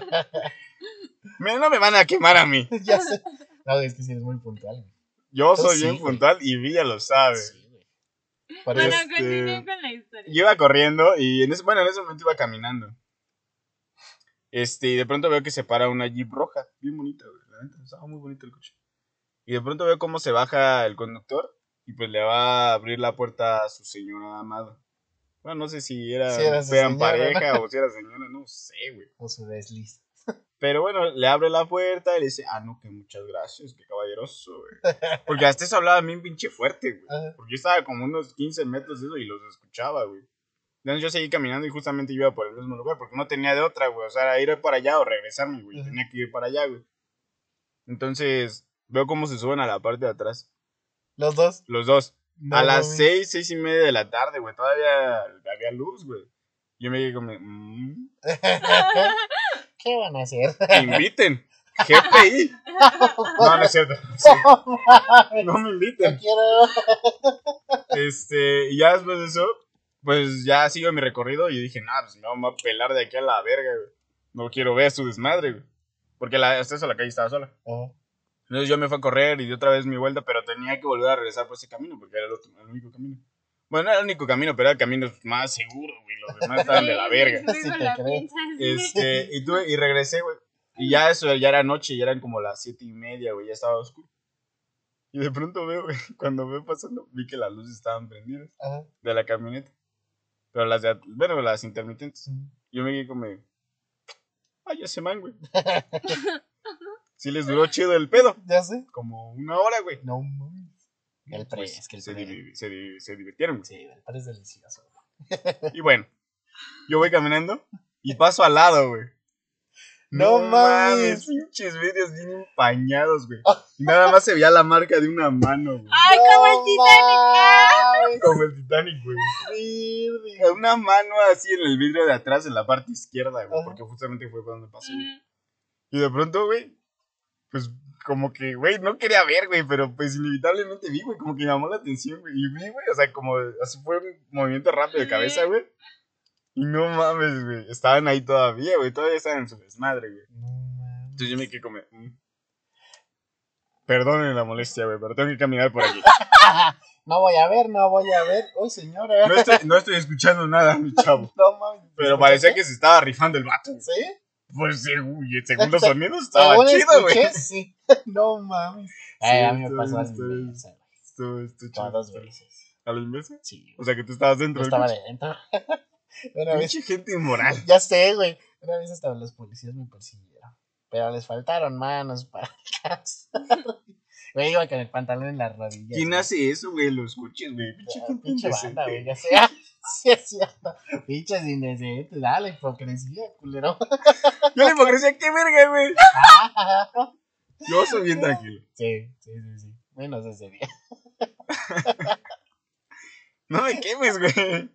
Mira, no me van a quemar a mí. Ya sé. No, es que sí eres muy puntual, güey. Yo Tú soy sí, bien güey. puntual y Villa lo sabe. Sí, güey. Por Bueno, eso. continúen con la historia. Yo iba corriendo y en ese, bueno, en ese momento iba caminando. Este, y de pronto veo que se para una Jeep roja, bien bonita, güey, la neta, estaba muy bonito el coche. Y de pronto veo cómo se baja el conductor y pues le va a abrir la puerta a su señora amada. Bueno, no sé si era, Si era su eran señora, pareja ¿no? o si era señora, no sé, güey. O su desliz. Pero bueno, le abre la puerta y le dice, ah, no, que muchas gracias, que caballeroso, güey. Porque hasta eso hablaba bien pinche fuerte, güey. Ajá. Porque yo estaba como unos quince metros de eso y los escuchaba, güey. Entonces yo seguí caminando y justamente iba por el mismo lugar porque no tenía de otra, güey. O sea, era ir para allá o regresarme, güey. Ajá. Tenía que ir para allá, güey. Entonces veo cómo se suben a la parte de atrás. Los dos. Los dos. No a las mames. seis, seis y media de la tarde, güey. Todavía había luz, güey. Yo me quedé como, mm, ¿Qué van a hacer? inviten. G P I. No, no es cierto. Sí, no me Yo inviten. quiero. Este, y ya después de eso, pues ya sigo mi recorrido y dije, nah, pues me vamos a pelar de aquí a la verga, güey. No quiero ver su desmadre, güey. Porque la, hasta eso la calle estaba sola. Ajá. Entonces yo me fui a correr y di otra vez mi vuelta, pero tenía que volver a regresar por ese camino porque era el, otro, el único camino. Bueno, no era el único camino, pero era el camino más seguro, güey. Los demás estaban de la verga. Luego Sí te la creo. piensas. Este, y tuve, y regresé, güey. Y ya eso, ya era noche, ya eran como las siete y media, güey, ya estaba oscuro. Y de pronto veo, güey, cuando veo pasando, vi que las luces estaban prendidas Ajá. de la camioneta. Pero las de, bueno, las intermitentes. Yo me quedé como, ay, ya se man, güey. Sí les duró chido el pedo. Ya sé. Como una hora, güey. No mames. El pre, Pues, es que el se, pre. divi- se, divi- se divirtieron, güey. Sí, el pre es delicioso. Y bueno, yo voy caminando y paso al lado, güey. No mames. Pinches vidrios bien empañados, güey. Y nada más se veía la marca de una mano, güey. ¡Ay, como el Titanic! Titanic! Como el Titanic, güey. Una mano así en el vidrio de atrás, en la parte izquierda, güey. Ajá. Porque justamente fue por donde pasé, güey. Ujú. Y de pronto, güey, pues como que, güey, no quería ver, güey, pero pues inevitablemente vi, güey, como que me llamó la atención, güey. Y vi, güey, o sea, como, así fue un movimiento rápido de cabeza, güey. Y no mames, güey, estaban ahí todavía, güey, todavía estaban en su desmadre, güey. No mames. Entonces yo me quedé como, mm. Perdonen la molestia, güey, pero tengo que caminar por aquí. No voy a ver, no voy a ver. Uy, señora. No estoy, no estoy escuchando nada, mi chavo. No mames. Pero parecía que se estaba rifando el vato. ¿Sí? Pues sí, güey, el segundo sonido estaba Según chido, güey. escuché, sí. No mames. Ay, a mí me estoy- pasó a la estoy- inversa, güey. Estuvo, estuvo Como chido. dos veces. ¿A la inversa? Sí. O sea, que tú estabas dentro Yo del estaba coche. dentro. Una vez. Pinche gente inmoral. Ya sé, güey. Una vez hasta los policías me persiguieron. Pero les faltaron manos para alcanzar. Güey, iba con el pantalón en las rodillas. ¿Quién güey. hace eso, güey? Los coches, güey. Pinche Ah, gente Pinche banda, güey. indecente. Ya sé. Sí, es cierto. Pinches indecentes. Dale, hipocresía, culero. Yo la hipocresía, qué verga, güey. Yo soy bien tranquilo. Sí, sí, sí, sí. Menos ese día. No me quemes, güey.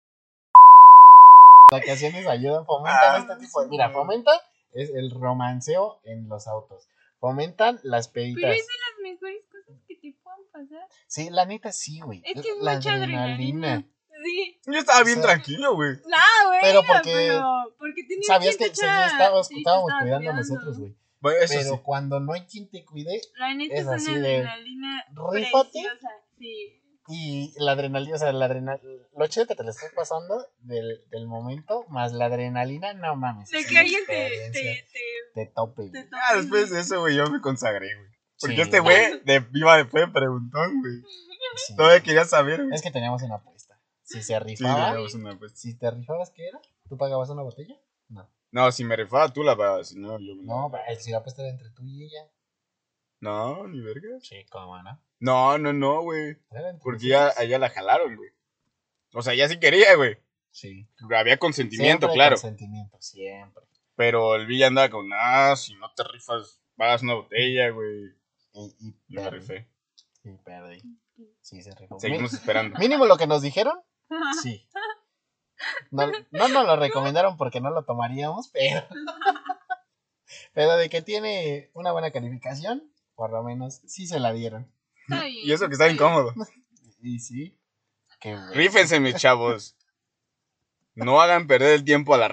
Las vacaciones ayudan, fomentan Ah, este tipo de... sí, Mira, güey. fomentan es el romanceo en los autos. Fomentan las Pero peditas. es de las mejores cosas que te puedan pasar. Sí, la neta sí, güey. Es que es la mucha adrenalina. Sí. Yo estaba bien O sea, tranquilo, güey. No, güey. Pero porque- Pero porque tenías Sabías que quien te sí, echara- estábamos, sí, te estábamos estaba cuidando a cuidando. nosotros, güey. Bueno, eso Pero sí. cuando no hay quien te cuide La neta Es es, una así de, adrenalina rífate. preciosa. Sí. y la adrenalina, o sea, la adrenalina, lo chido que te lo estás pasando del, del momento, más la adrenalina, no mames. De es que una alguien te, experiencia te, te, de tope, te güey. toque. Ah, después de eso, güey, yo me consagré, güey. Porque Sí, este güey de, iba después de preguntón, güey. Sí. Todavía quería saber, güey. Es que teníamos una apuesta. Si se Sí, rifaba, teníamos una apuesta. si te rifabas, ¿qué era? ¿Tú pagabas una botella? No. No, si me rifaba tú la pagabas, si no, yo me la- No, pero si la apuesta era entre tú y ella. No, ni verga. Sí, cómo no. No, no, no, güey. Era entre Porque ya, ustedes. allá la jalaron, güey. O sea, ya sí quería, güey. Sí. Había consentimiento, Siempre claro. consentimiento, siempre. Pero el Villa andaba con, ah, si no te rifas, pagas una botella, güey. Y, y Yo me perdí. rifé. Y perdí. Sí, se rifó. Seguimos esperando. Mínimo lo que nos dijeron, sí. No, no nos lo recomendaron porque no lo tomaríamos, pero. Pero de que tiene una buena calificación, por lo menos sí se la dieron. Está bien, Y eso que está bien. incómodo. Y sí. Qué bueno. Rífense, mis chavos. No hagan perder el tiempo a la raza.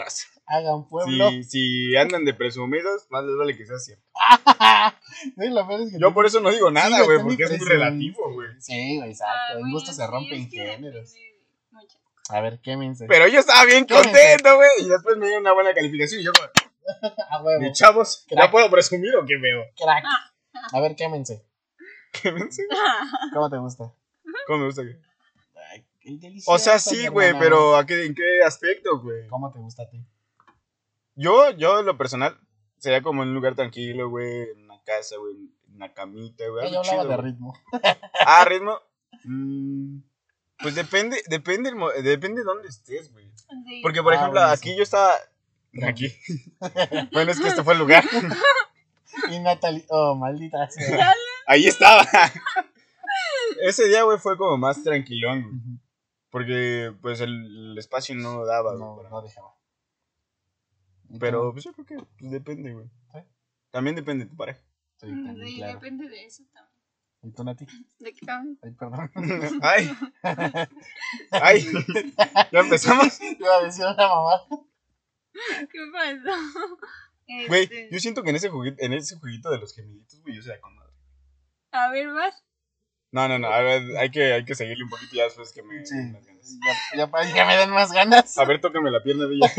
haga un pueblo. Si, si andan de presumidos, más les vale que sea cierto. Sí, lo peor es que Yo tú- por eso no digo sí, nada, güey, tú ni porque es muy presumiste. relativo, güey. Sí, güey, exacto. Ah, En bueno, gusto se sí, rompen es que géneros. depende de muchas cosas. A ver, quémense. Pero yo estaba bien Quédense. contento, güey, y después me dieron una buena calificación y yo como, A huevo. ¿de chavos? Crack. ¿Ya puedo presumir o qué veo? Crack. A ver, quémense. ¿Qué me dice? ¿Cómo te gusta? ¿Cómo me gusta que? Ay, qué delicioso, O sea, mi sí, güey, hermana. pero ¿a qué, ¿en qué aspecto, güey? ¿Cómo te gusta a ti? Yo, yo en lo personal, sería como en un lugar tranquilo, güey, en una casa, güey, en una camita, güey. Eh, algo yo hablaba chido, de güey. ritmo. Ah, ritmo. Mm, pues depende, depende, el mo- depende de dónde estés, güey. Sí. Porque, por Ah, ejemplo, bueno, aquí sí. yo estaba... Aquí. Bueno, es que este fue el lugar. Y Natalie, oh, maldita sea. Ahí estaba. Ese día, güey, fue como más tranquilón, güey. Ujú. Porque, pues, el, el espacio no daba, güey. No, para- no dejaba. ¿Y Pero, tú? pues, yo creo que pues, depende, güey. ¿Sí? También depende de tu pareja. Sí, también, Sí, claro. depende de eso también. ¿Y tú, Nati? ¿De qué también? Ay, perdón. Ay, ay. ¿Ya empezamos? Iba a decir una mamá. ¿Qué pasó? Güey, Este, yo siento que en ese juguito, en ese jueguito de los gemiditos, güey, yo sería con madre. A ver, vas. No, no, no, a ver, hay que, hay que seguirle un poquito ya después que me Sí. den más ganas. Ya, ya, ya me dan más ganas. A ver, tócame la pierna de ella.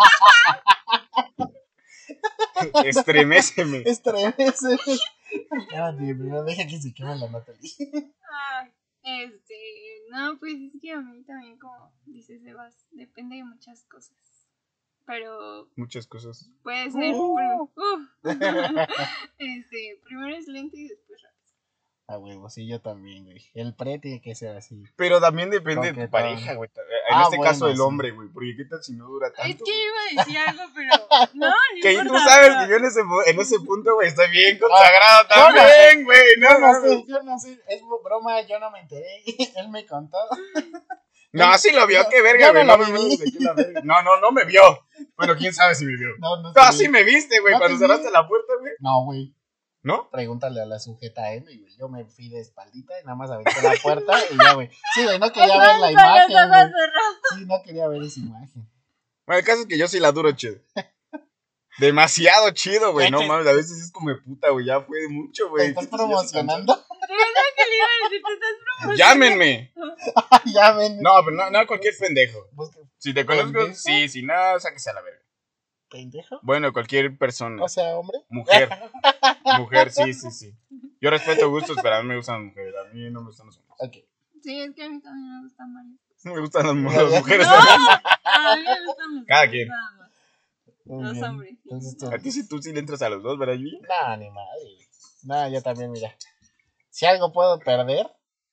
Estreméceme. Estremece. Espérate, primero deja que se queme la Natalie. Ay, este, no, pues es que a mí también, como dice Sebas, depende de muchas cosas. Pero Muchas cosas. puede ser. Uh. pr- uh. este, primero es lento y después rápido. A huevo, sí, yo también, güey. El pre tiene que ser así. Pero también depende de tu Coquetón. pareja, güey. En Ah, este bueno, caso, el sí. hombre, güey. Porque qué tal si no dura tanto. Es que güey? yo iba a decir algo, pero no, no Que tú importa, sabes pero- que yo en ese, pu- en ese punto, güey, estoy bien consagrado yo no también, güey. No, Yo no mames. sé, yo no sé. Es broma, yo no me enteré. Él me contó. No, sí lo vio, Yo- qué verga, yo güey. no No, lo me vi. de qué la verga. no, no, no me vio. Bueno, quién sabe si me vio. No, no No, sé. sí me viste, güey, No te cuando vi. cerraste la puerta, güey. No, güey. ¿No? Pregúntale a la sujeta M, güey. Yo me fui de espaldita y nada más aventé la puerta y ya, güey. Sí, güey, no quería ver la Con los imagen, ojos güey. cerrados. Sí, no quería ver esa imagen. Bueno, el caso es que yo sí la duro chido. Demasiado chido, güey. No Vete. mames, a veces es como de puta, güey. Ya fue de mucho, ¿Te güey. estás ¿Qué tal si ya se promocionando? De verdad que le iba a decir, te estás cansó? Llámenme. Ya ven. No, pero no, no cualquier pendejo. Busca- Si te conozco, ¿Pendejo? sí, si no, sáquese a la verga. ¿Pendejo? Bueno, cualquier persona. O sea, hombre. Mujer. Mujer, sí, sí, sí. Yo respeto gustos, pero a mí me gustan las mujeres. A mí no me gustan los hombres. Ok. Sí, es que a mí también me gustan varias. Me gustan las, mu- Ya, las ya. mujeres. No, a mí me gustan los Cada hombres quien. nada más. Muy Los bien. hombres. Entonces tú. A ti sí, tú sí le entras a los dos, ¿verdad, Yuya? No, ni madre. No, yo también, mira. Si algo puedo perder,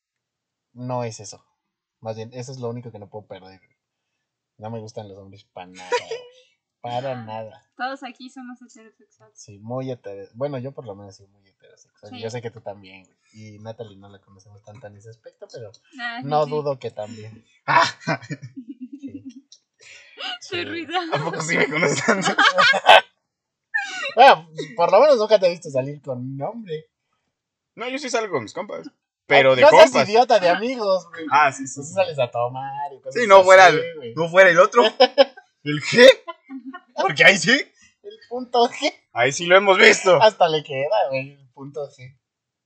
no es eso. Más bien, eso es lo único que no puedo perder. No me gustan los hombres para nada, güey. Para nada. Todos aquí somos heterosexuales. Sí, muy heterosexual. Bueno, yo por lo menos soy muy heterosexual. Sí. Yo sé que tú también, güey. Y Natalie no la conocemos tanto en ese aspecto, pero Ah, sí, no sí. dudo que también. Sí. Su Sí. risa. ¿A poco sí me conoces tanto? Bueno, por lo menos nunca te he visto salir con un hombre. No, yo sí salgo con mis compas. Pero de no compas. seas idiota de amigos, güey. Ah, sí, sí. Entonces Sí, sales a tomar y cosas sí no así, fuera, el, güey. no fuera el otro. ¿El qué? Porque ahí sí. El punto G. Ahí sí lo hemos visto. Hasta le queda, güey. El punto G.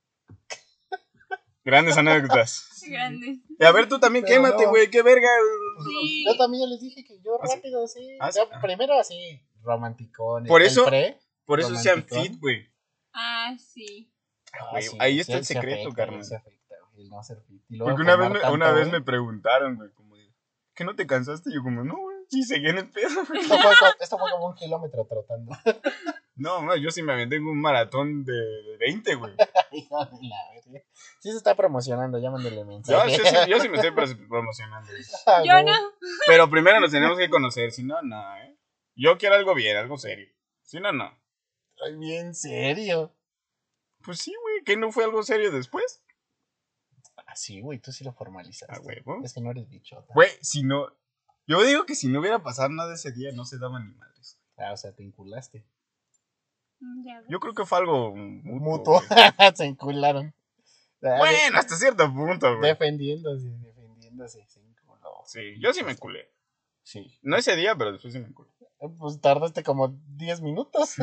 Grandes anécdotas. Grande. Y a ver, tú también Pero quémate, no. güey. Qué verga. Sí. Yo también ya les dije que yo ¿Ah, sí? rápido, sí. ¿Ah, sí? Yo primero así, romanticón. Por el eso- pre. Por eso sean Romanticón. fit, güey. Ah, sí. Ah, güey, sí, ahí sí, está el se secreto, afecta, carnal. se afecta, güey, el no ser fit. Y luego Porque una vez, fumar me, tanto, una vez güey. me preguntaron, güey, como de, ¿qué no te cansaste? Y yo como, no, güey, sí, seguí en el pedo. Esto fue, co- esto fue como un kilómetro trotando. No, no, yo sí me aventé en un maratón de veinte, güey. Hijo de la verga. Sí se está promocionando, ya mándale Yo, mensaje. yo, sí, yo sí me estoy pros- promocionando. güey. Ah, Yo güey. no. Pero primero nos tenemos que conocer, si no, no, ¿eh? Yo quiero algo bien, algo serio. Si no, no. Ay, bien serio. Pues sí, güey, ¿que no fue algo serio después? Ah, sí, güey, tú sí lo formalizaste. Ah, huevo. Es que no eres bichota. Güey, si no... Yo digo que si no hubiera pasado nada ese día, no se daban ni madres. Ah, o sea, te enculaste. Ya ves. Yo creo que fue algo mutuo. Mutuo. güey. Se encularon. Ah, Bueno, hasta cierto punto, de- güey. defendiéndose, defendiéndose. Se enculó. Sí, yo sí me culé. Sí. No ese día, pero después sí me enculé. Eh, Pues tardaste como diez minutos.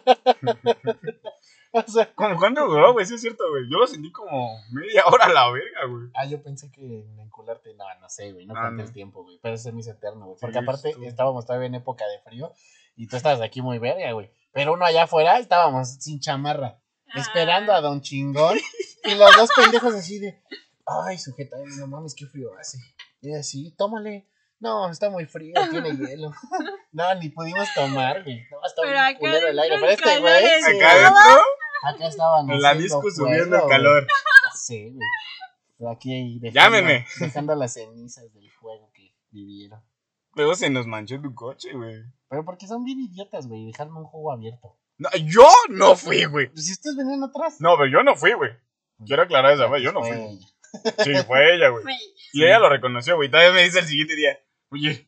O sea, ¿Cómo cuánto duró, güey? Sí es cierto, güey. Yo lo sentí como media hora a la verga, güey. ah, yo pensé que en encularte, no, no sé, güey, no Ah, conté no. el tiempo, güey, pero ese es eterno, güey, Sí, porque aparte estuvo. estábamos todavía en época de frío y tú estabas aquí muy verga, güey, pero uno allá afuera estábamos sin chamarra, esperando a Don Chingón y los dos pendejos así de, ay, sujeta, ay, no mames, qué frío hace, y así, tómale, no, está muy frío, tiene hielo, no, ni pudimos tomar, güey, no, está Pero bien acá culero el aire, adentro pero el este güey, calor es sí, Acá güey, adentro, acá estábamos la haciendo disco subiendo fuego, el calor. güey. Sí, güey. Aquí dejando, Llámenme. dejando las cenizas del fuego que vivieron. Luego se nos manchó tu coche, güey. Pero porque son bien idiotas, güey, dejarme un juego abierto. No, yo no fui, güey. Pues si ustedes venían atrás. No, pero yo no fui, güey. Quiero aclarar esa, Ya, güey. Yo no pues, fui. fue ella. Sí, fue ella, güey. Güey, Y ella lo reconoció, güey. Todavía me dice el siguiente día, oye,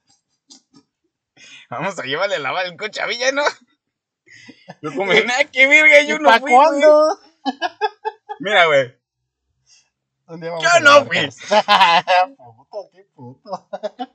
vamos a llevarle a lavar el coche a Villano. Yo como, nada, qué verga, yo ¿Y no pa' fui, güey. cuándo? Mira, güey. Un día vamos Yo a no lavar fui. carros. Puto, qué puto.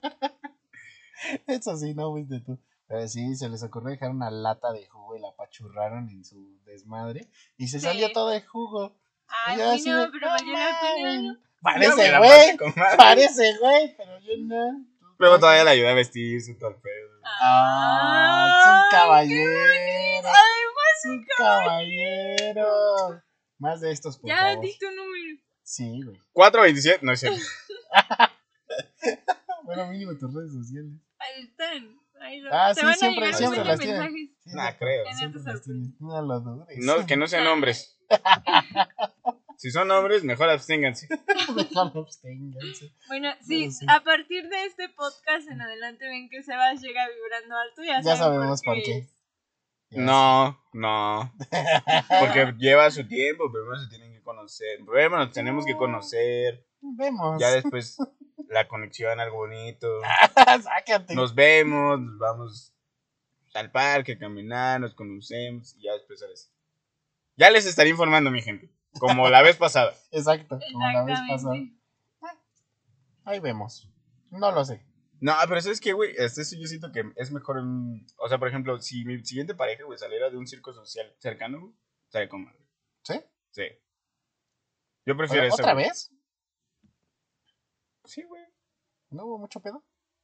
Eso sí, no fuiste tú. Pero sí, se les ocurrió dejar una lata de jugo y la apachurraron en su desmadre. Y se Sí. salió todo el jugo. ay, Y yo güey, así no, de, pero "No valió la pena, mames". ¿no? Yo me Parece la güey. pasé con madre. Parece güey, pero yo no. Luego todavía la ayudé a vestirse, todo el pedo. Ah, es un Ay, caballero. Ay, Es un caballero. Más de estos, por ya favor. di tu número. Sí, güey. cuatro veintisiete, no es cierto. Bueno, mínimo tus redes sociales. Ahí están. Ahí lo- Ah, te sí, van a siempre- llegar un siempre buen de las tienen. mensajes. Sí, Nah, cierto. creo. Que no Siempre te las sorprende. tienen. No lo dudes. No, que no sean hombres. Si son hombres, mejor absténganse. Mejor absténganse. Bueno, si Pero sí. a partir de este podcast en adelante ven que Sebas llega vibrando alto, ya, Ya saben sabemos por qué. es. Ya No, no. Porque lleva su tiempo, primero se tienen que conocer. Primero nos tenemos que conocer. Vemos. Ya después la conexión, algo bonito. Sácate. Nos vemos, nos vamos al parque a caminar, nos conocemos y ya después ¿sabes? Ya les estaré informando, mi gente. Como la vez pasada. Exacto. Como la vez pasada. Exactamente. Ahí vemos. No lo sé. No, pero ¿sabes qué, güey? Este sí yo siento que es mejor en... O sea, por ejemplo, si mi siguiente pareja, güey, saliera de un circo social cercano, güey, estaría con madre. ¿Sí? Sí. Yo prefiero ¿Otra, eso. ¿otra güey. vez? Sí, güey. ¿No hubo mucho pedo?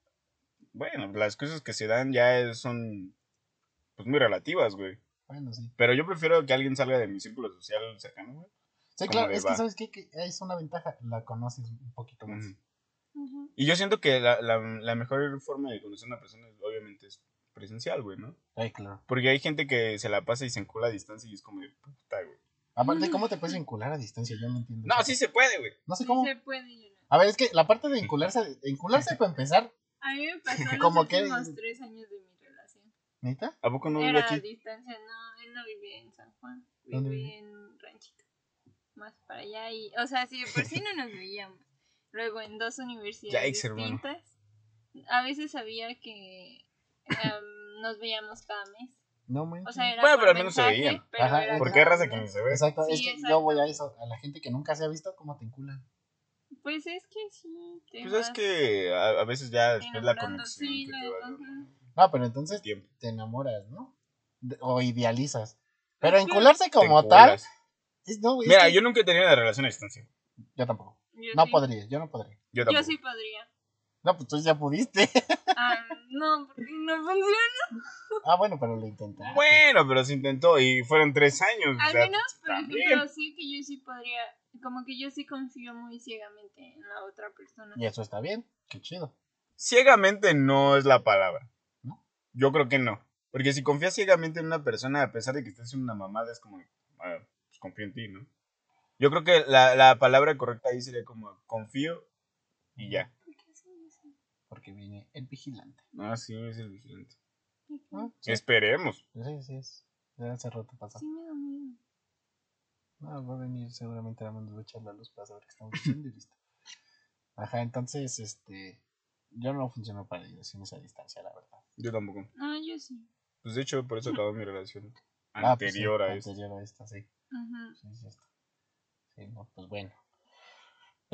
Bueno, las cosas que se dan ya es- son pues muy relativas, güey. Bueno, sí. Pero yo prefiero que alguien salga de mi círculo social cercano, güey. Sí, Como claro. de Es que, va. ¿sabes qué? Que es una ventaja. La conoces un poquito más. Ujú. Ujú. Y yo siento que la, la, la mejor forma de conocer a una persona es, obviamente es presencial, güey, ¿no? Ay, claro. Porque hay gente que se la pasa y se encula a distancia y es como de puta, güey. Aparte, ¿cómo te puedes vincular a distancia? Yo no entiendo. No, eso. sí se puede, güey. No sé Sí cómo. se puede llenar. A ver, es que la parte de vincularse, vincularse para empezar, A mí me pasó los Como que- últimos tres años de mi relación. ¿neta? ¿A poco no vive Era a aquí? distancia, no, él no vivía en San Juan, ¿Dónde vivía en Ranchito, más para allá y, o sea, sí, de por sí no nos veíamos. Luego en dos universidades Yikes, hermano. distintas. A veces sabía que em, nos veíamos cada mes. No, manches. O sea, era Bueno, por pero al menos se mensaje, veían. pero Ajá, era Porque hay cada raza que mes. ni se ve. Exacto, Sí, es que exacto. yo voy a eso, a la gente que nunca se ha visto, ¿cómo te enculan? Pues es que sí, te Pues es vas que a, a veces ya después la enamorando, conexión sí, que la- te va ajá. dando No, pero entonces tiempo. te enamoras, ¿no? De- o idealizas. Pero Es que encularse Te como tal, enculas. es, no, es Mira, que- yo nunca he tenido una relación a distancia. yo tampoco. Yo No sí. podría, yo no podría. Yo Yo tampoco. sí podría. No, pues tú ya pudiste. Ah, no, porque no funciona. Ah, bueno, pero lo intentaste. Bueno, pero se intentó y fueron tres años. o Al sea, menos, por también. ejemplo, sí que yo sí podría, como que yo sí confío muy ciegamente en la otra persona. Y eso está bien, qué chido. Ciegamente no es la palabra. ¿No? Yo creo que no. Porque si confías ciegamente en una persona, a pesar de que estés haciendo una mamada, es como, ah, pues confío en ti, ¿no? Yo creo que la, la palabra correcta ahí sería como confío y ya. ¿Por qué hacen eso? Porque viene el vigilante. Ah, sí, es el vigilante. Ah, sí, Esperemos. sí, sí, es. Ya hace rato pasó. Sí me da miedo. No, va a venir seguramente nada más nos va a echar la luz para saber qué estamos haciendo y listo. Ajá, entonces, este, yo no funciono para relaciones a distancia, la verdad. Yo tampoco. Ah, yo sí. Pues de hecho, por eso acabó mi relación Ah, pues sí, anterior a esta. Anterior a esta, sí. Ajá. Sí, sí, está. Sí, no, pues bueno.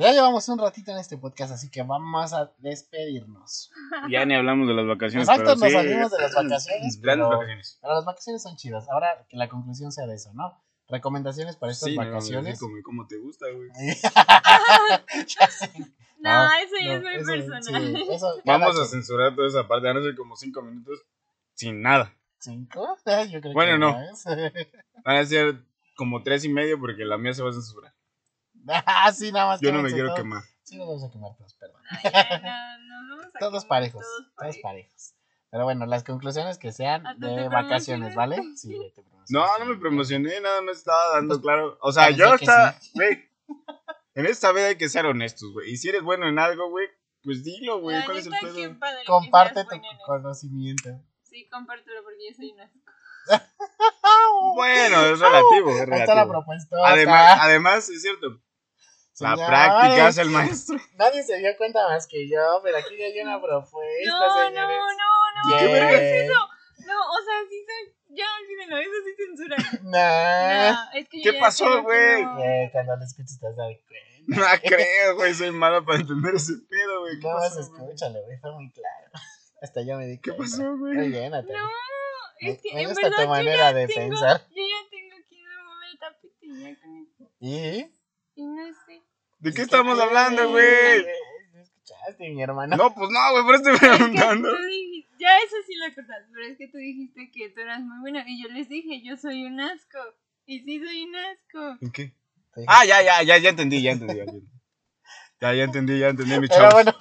Ya llevamos un ratito en este podcast, así que vamos a despedirnos. Ya ni hablamos de las vacaciones. Exacto, pero nos sí, salimos de las vacaciones, Grandes pero- vacaciones. Pero las vacaciones son chidas. Ahora que la conclusión sea de eso, ¿no? Recomendaciones para estas Sí, no, vacaciones. sí, como, como te gusta, güey. Ya sé. No, No, eso ya es no, muy eso- personal. sí, eso, cada Vamos a quien. censurar toda esa parte. Van a ser como cinco minutos sin nada. ¿Cinco? Yo creo Bueno, que no. más. Van a ser como tres y medio porque la mía se va a censurar. Ah, sí, nada más. Yo no me quémense quiero todos. quemar. Sí, nos vamos a quemar todos, perdón. No, ya, no, nos vamos a Todos quemar parejos, todos todos parejos. parejos. Pero bueno, las conclusiones que sean ¿Hasta de te vacaciones, promocionas? ¿vale? Sí, güey, te promocionas. No, no me promocioné, nada más estaba dando claro. O sea, parecía yo que estaba, güey. En esta vida hay que ser honestos, güey. Y si eres bueno en algo, güey, pues dilo, güey. La ¿Cuál es el neta, pedo? qué padre que Comparte seas tu bueno en eso. conocimiento. Sí, compártelo porque yo soy una asco. Bueno, es relativo, es Ahí está la relativo. propuesta. Además, además, es cierto. La Señores, práctica es el maestro. Nadie se dio cuenta más que yo, pero aquí ya hay una propuesta, No, no, señores. no, no. ¿Qué ¿Qué verga es eso? No, o sea, sí soy. Ya olvídenlo, eso sí censura. Nah. No, es que ¿Qué yo ya pasó, creo que güey? no. Eh, cuando lo escuches te vas a dar cuenta. No creo, güey. Soy malo para entender ese pedo, güey. ¿Qué No, pasó, más güey? escúchalo, güey, fue muy claro. Hasta yo me di ¿Qué cuenta. pasó, güey? Muy bien, Natalia. No, es que Me en gusta verdad tu yo manera ya de tengo, pensar. Yo ya tengo que ir a mover el tapete ya con esto. ¿Y? Y no sé. ¿De qué estamos hablando, güey? ¿No escuchaste, mi hermano? No, pues no, güey, por eso estoy Es que preguntando. tú dijiste, ya eso sí lo cortas, pero es que tú dijiste que tú eras muy buena y yo les dije, yo soy un asco. Y sí soy un asco. ¿En qué? Sí. Ah, ya, ya, ya, ya entendí, ya entendí. Ya, entendí. ya, ya entendí, ya entendí mi Pero chavo. bueno.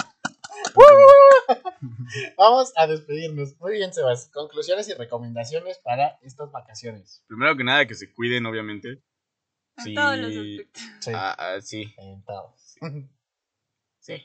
Vamos a despedirnos. Muy bien, Sebas. Conclusiones y recomendaciones para estas vacaciones. Primero que nada, que se cuiden, obviamente. En Sí. todos los aspectos. Sí, Ah, ah, sí. en todos. Sí.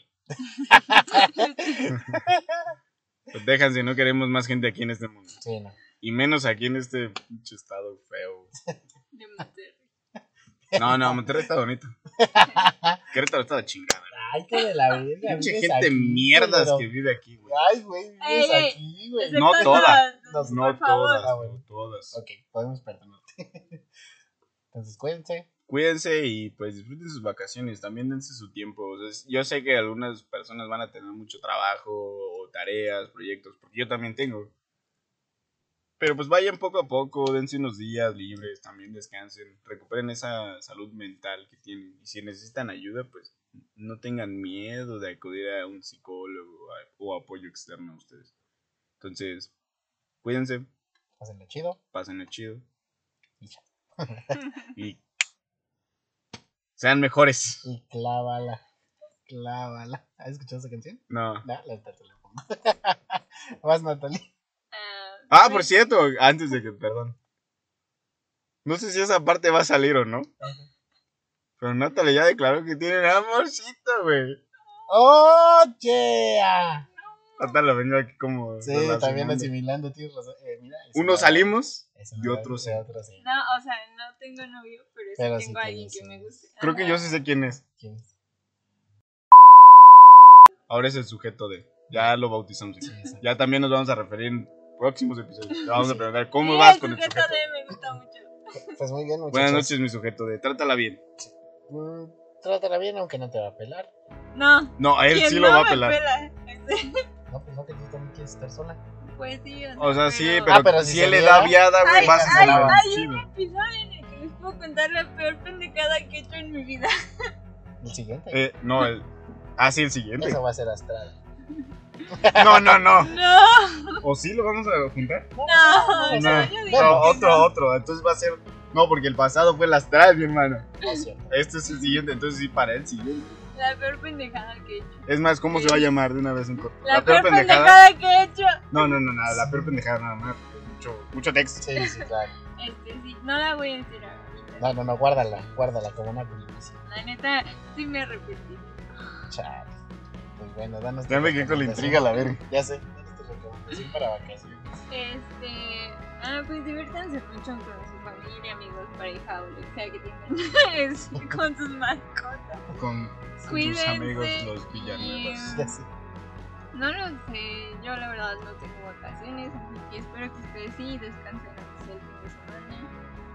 Protéjanse, no queremos más gente aquí en este mundo. Sí, no. Y menos aquí en este pinche estado feo. De Monterrey. No, no, Monterrey está bonito. Querétaro está de chingada. Ay, que de la verga. Pinche vives gente aquí, mierdas culero. que vive aquí, güey. Ay, güey, vives Ey, ey, aquí, güey. Excepto No todas. todas, No por favor. todas, Ah, bueno. no todas. Ok, podemos perdonarte. Entonces, cuídense. Cuídense y pues disfruten sus vacaciones, también dense su tiempo. O sea, es- yo sé que algunas personas van a tener mucho trabajo o tareas, proyectos, porque yo también tengo. Pero pues vayan poco a poco, dense unos días libres, también descansen, recuperen esa salud mental que tienen. Y si necesitan ayuda, pues no tengan miedo de acudir a un psicólogo a- o apoyo externo a ustedes. Entonces, cuídense, Pásenlo chido. pásenlo chido Y ya. y sean mejores. Y clávala. Clávala. ¿Has escuchado esa canción? No. No, la te la pongo. Vas, Natalie. Ah, Ah, pues, por cierto, antes de que, perdón. No sé si esa parte va a salir o no. Pero Natalia ya declaró que tiene amorcito, güey. ¡Oh, yeah! Natalia vengo aquí como. Sí, relacionando. también asimilando, tienes razón. Eh, mira, eso Unos no- salimos eso y no- otros de sí. otros sí. No, o sea, no tengo novio, pero sí Pero sí tengo a alguien tienes que me un- guste. Creo que Ajá. yo sí sé quién es. ¿Quién es? Ahora es el sujeto de. Ya lo bautizamos. Sí, sí. Ya también nos vamos a referir en próximos episodios. Le vamos a Sí. preguntar cómo Sí, vas con el sujeto sujeto. de me gusta mucho. Pues muy bien, muchachos. Buenas noches, mi sujeto de. Trátala bien. Mm, trátala bien, aunque no te va a pelar. No, No, a él quien sí no lo va a me pelar. pela. Este, No, pues no, que tú también quieres estar sola. pues sí, o sea, O sea, sí, pero- pero, Ah, pero si si se él le diera- da viada, güey, Ay, vas a ay, estar ay, chido. un episodio en el que les puedo contar la peor pendejada que he hecho en mi vida. El siguiente. Eh, no, el. Ah, sí, el siguiente. Eso va a ser astral. No, no, no. No, ¿O sí lo vamos a juntar? no, No, no, yo digo no, que otro, no. otro. Entonces va a ser. No, porque el pasado fue el astral, mi hermano. No es cierto. Este es el siguiente, entonces sí, para el siguiente. La peor pendejada que he hecho. Es más, ¿cómo se va a llamar de una vez en corto? La, peor pendejada que he hecho. No, no, no, nada, la peor pendejada nada más. Mucho, mucho texto. Sí, sí, claro. Este, sí, no la voy a decir ahorita. No, no, no, guárdala, guárdala como una primicia. La neta, sí me arrepentí. Chale. Pues bueno, danos. tu Ya me quedé con la recomendación. intriga, la verga. Ya sé, danos tu recomendación para vacaciones. Este, ah, pues diviértanse mucho con su familia, amigos, pareja o lo que sea que tengan. Es- con sus mascotas. Con, con tus Cuídense amigos los y- Villanuevas. Ya sé. No lo sé, yo la verdad no tengo vacaciones, así que espero que ustedes sí descansen aunque sea el fin de semana.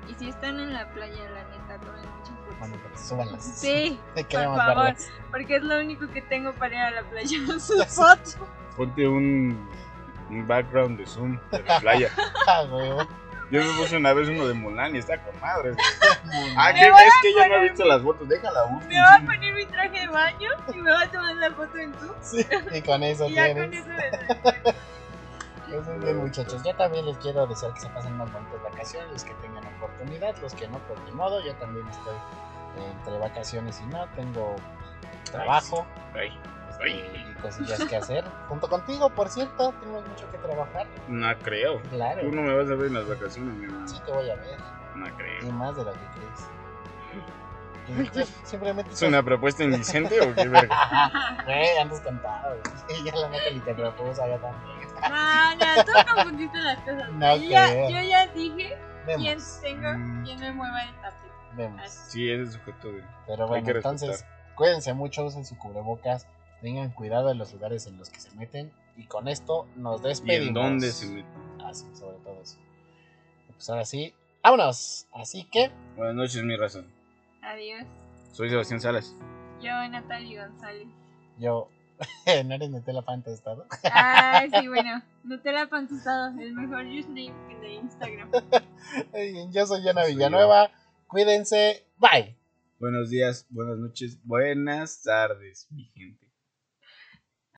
Y si están en la playa, la neta, tomen muchas fotos. Bueno, pues súbanlas. Sí, Te por queremos favor, verlas. porque es lo único que tengo para ir a la playa, sus fotos. Ponte un, un background de Zoom de la playa. Ah, huevo. Yo me puse una vez uno de Mulan y está con madre. Muy Ah, bien. ¿qué voy es a que yo no he poner visto las fotos? Déjala, busquen. Me voy a sí. poner mi traje de baño y me voy a tomar la foto en Zoom. Sí, y con eso Y ya tienes. con eso me Pues muy bien, muchachos. Yo también les quiero desear que se pasen unas bonitas vacaciones, los que tengan oportunidad, los que no, pues ni modo. Yo también estoy eh, entre vacaciones y no, tengo trabajo Ay, este, ay. y cosillas que hacer. Junto contigo, por cierto, tenemos mucho que trabajar. No creo. Claro, Tú no me vas a ver en las vacaciones, mi hermano. sí te voy a ver, No y creo. más de lo que crees. Y tú simplemente ¿Es una propuesta indecente o qué verga? Güey, andas cantado. güey. Ya la neta ni te propuso, yo también. No, no, tú confundiste las cosas. No yo, ya, creo. yo ya dije quién Vemos, tengo, Mm. quién me mueva el tapete. vemos. Así. Sí, ese es sujeto de. Pero Hay bueno, que entonces, respetar. cuídense mucho, usen su cubrebocas, tengan cuidado en los lugares en los que se meten. Y con esto nos ¿Y despedimos. en dónde se mete? Ah, sí, sobre todo eso. Pues ahora sí, vámonos. Así que, Buenas noches, mi razón. Adiós. Soy Sebastián Salas. Yo, Natalie González. yo, ¿no eres Nutella Fan tostado? Ah, sí, bueno. Nutella pan tostado, el mejor username de Instagram. Yo soy Yana Soy Villanueva. Cuídense. Bye. Buenos días, buenas noches, buenas tardes, mi gente.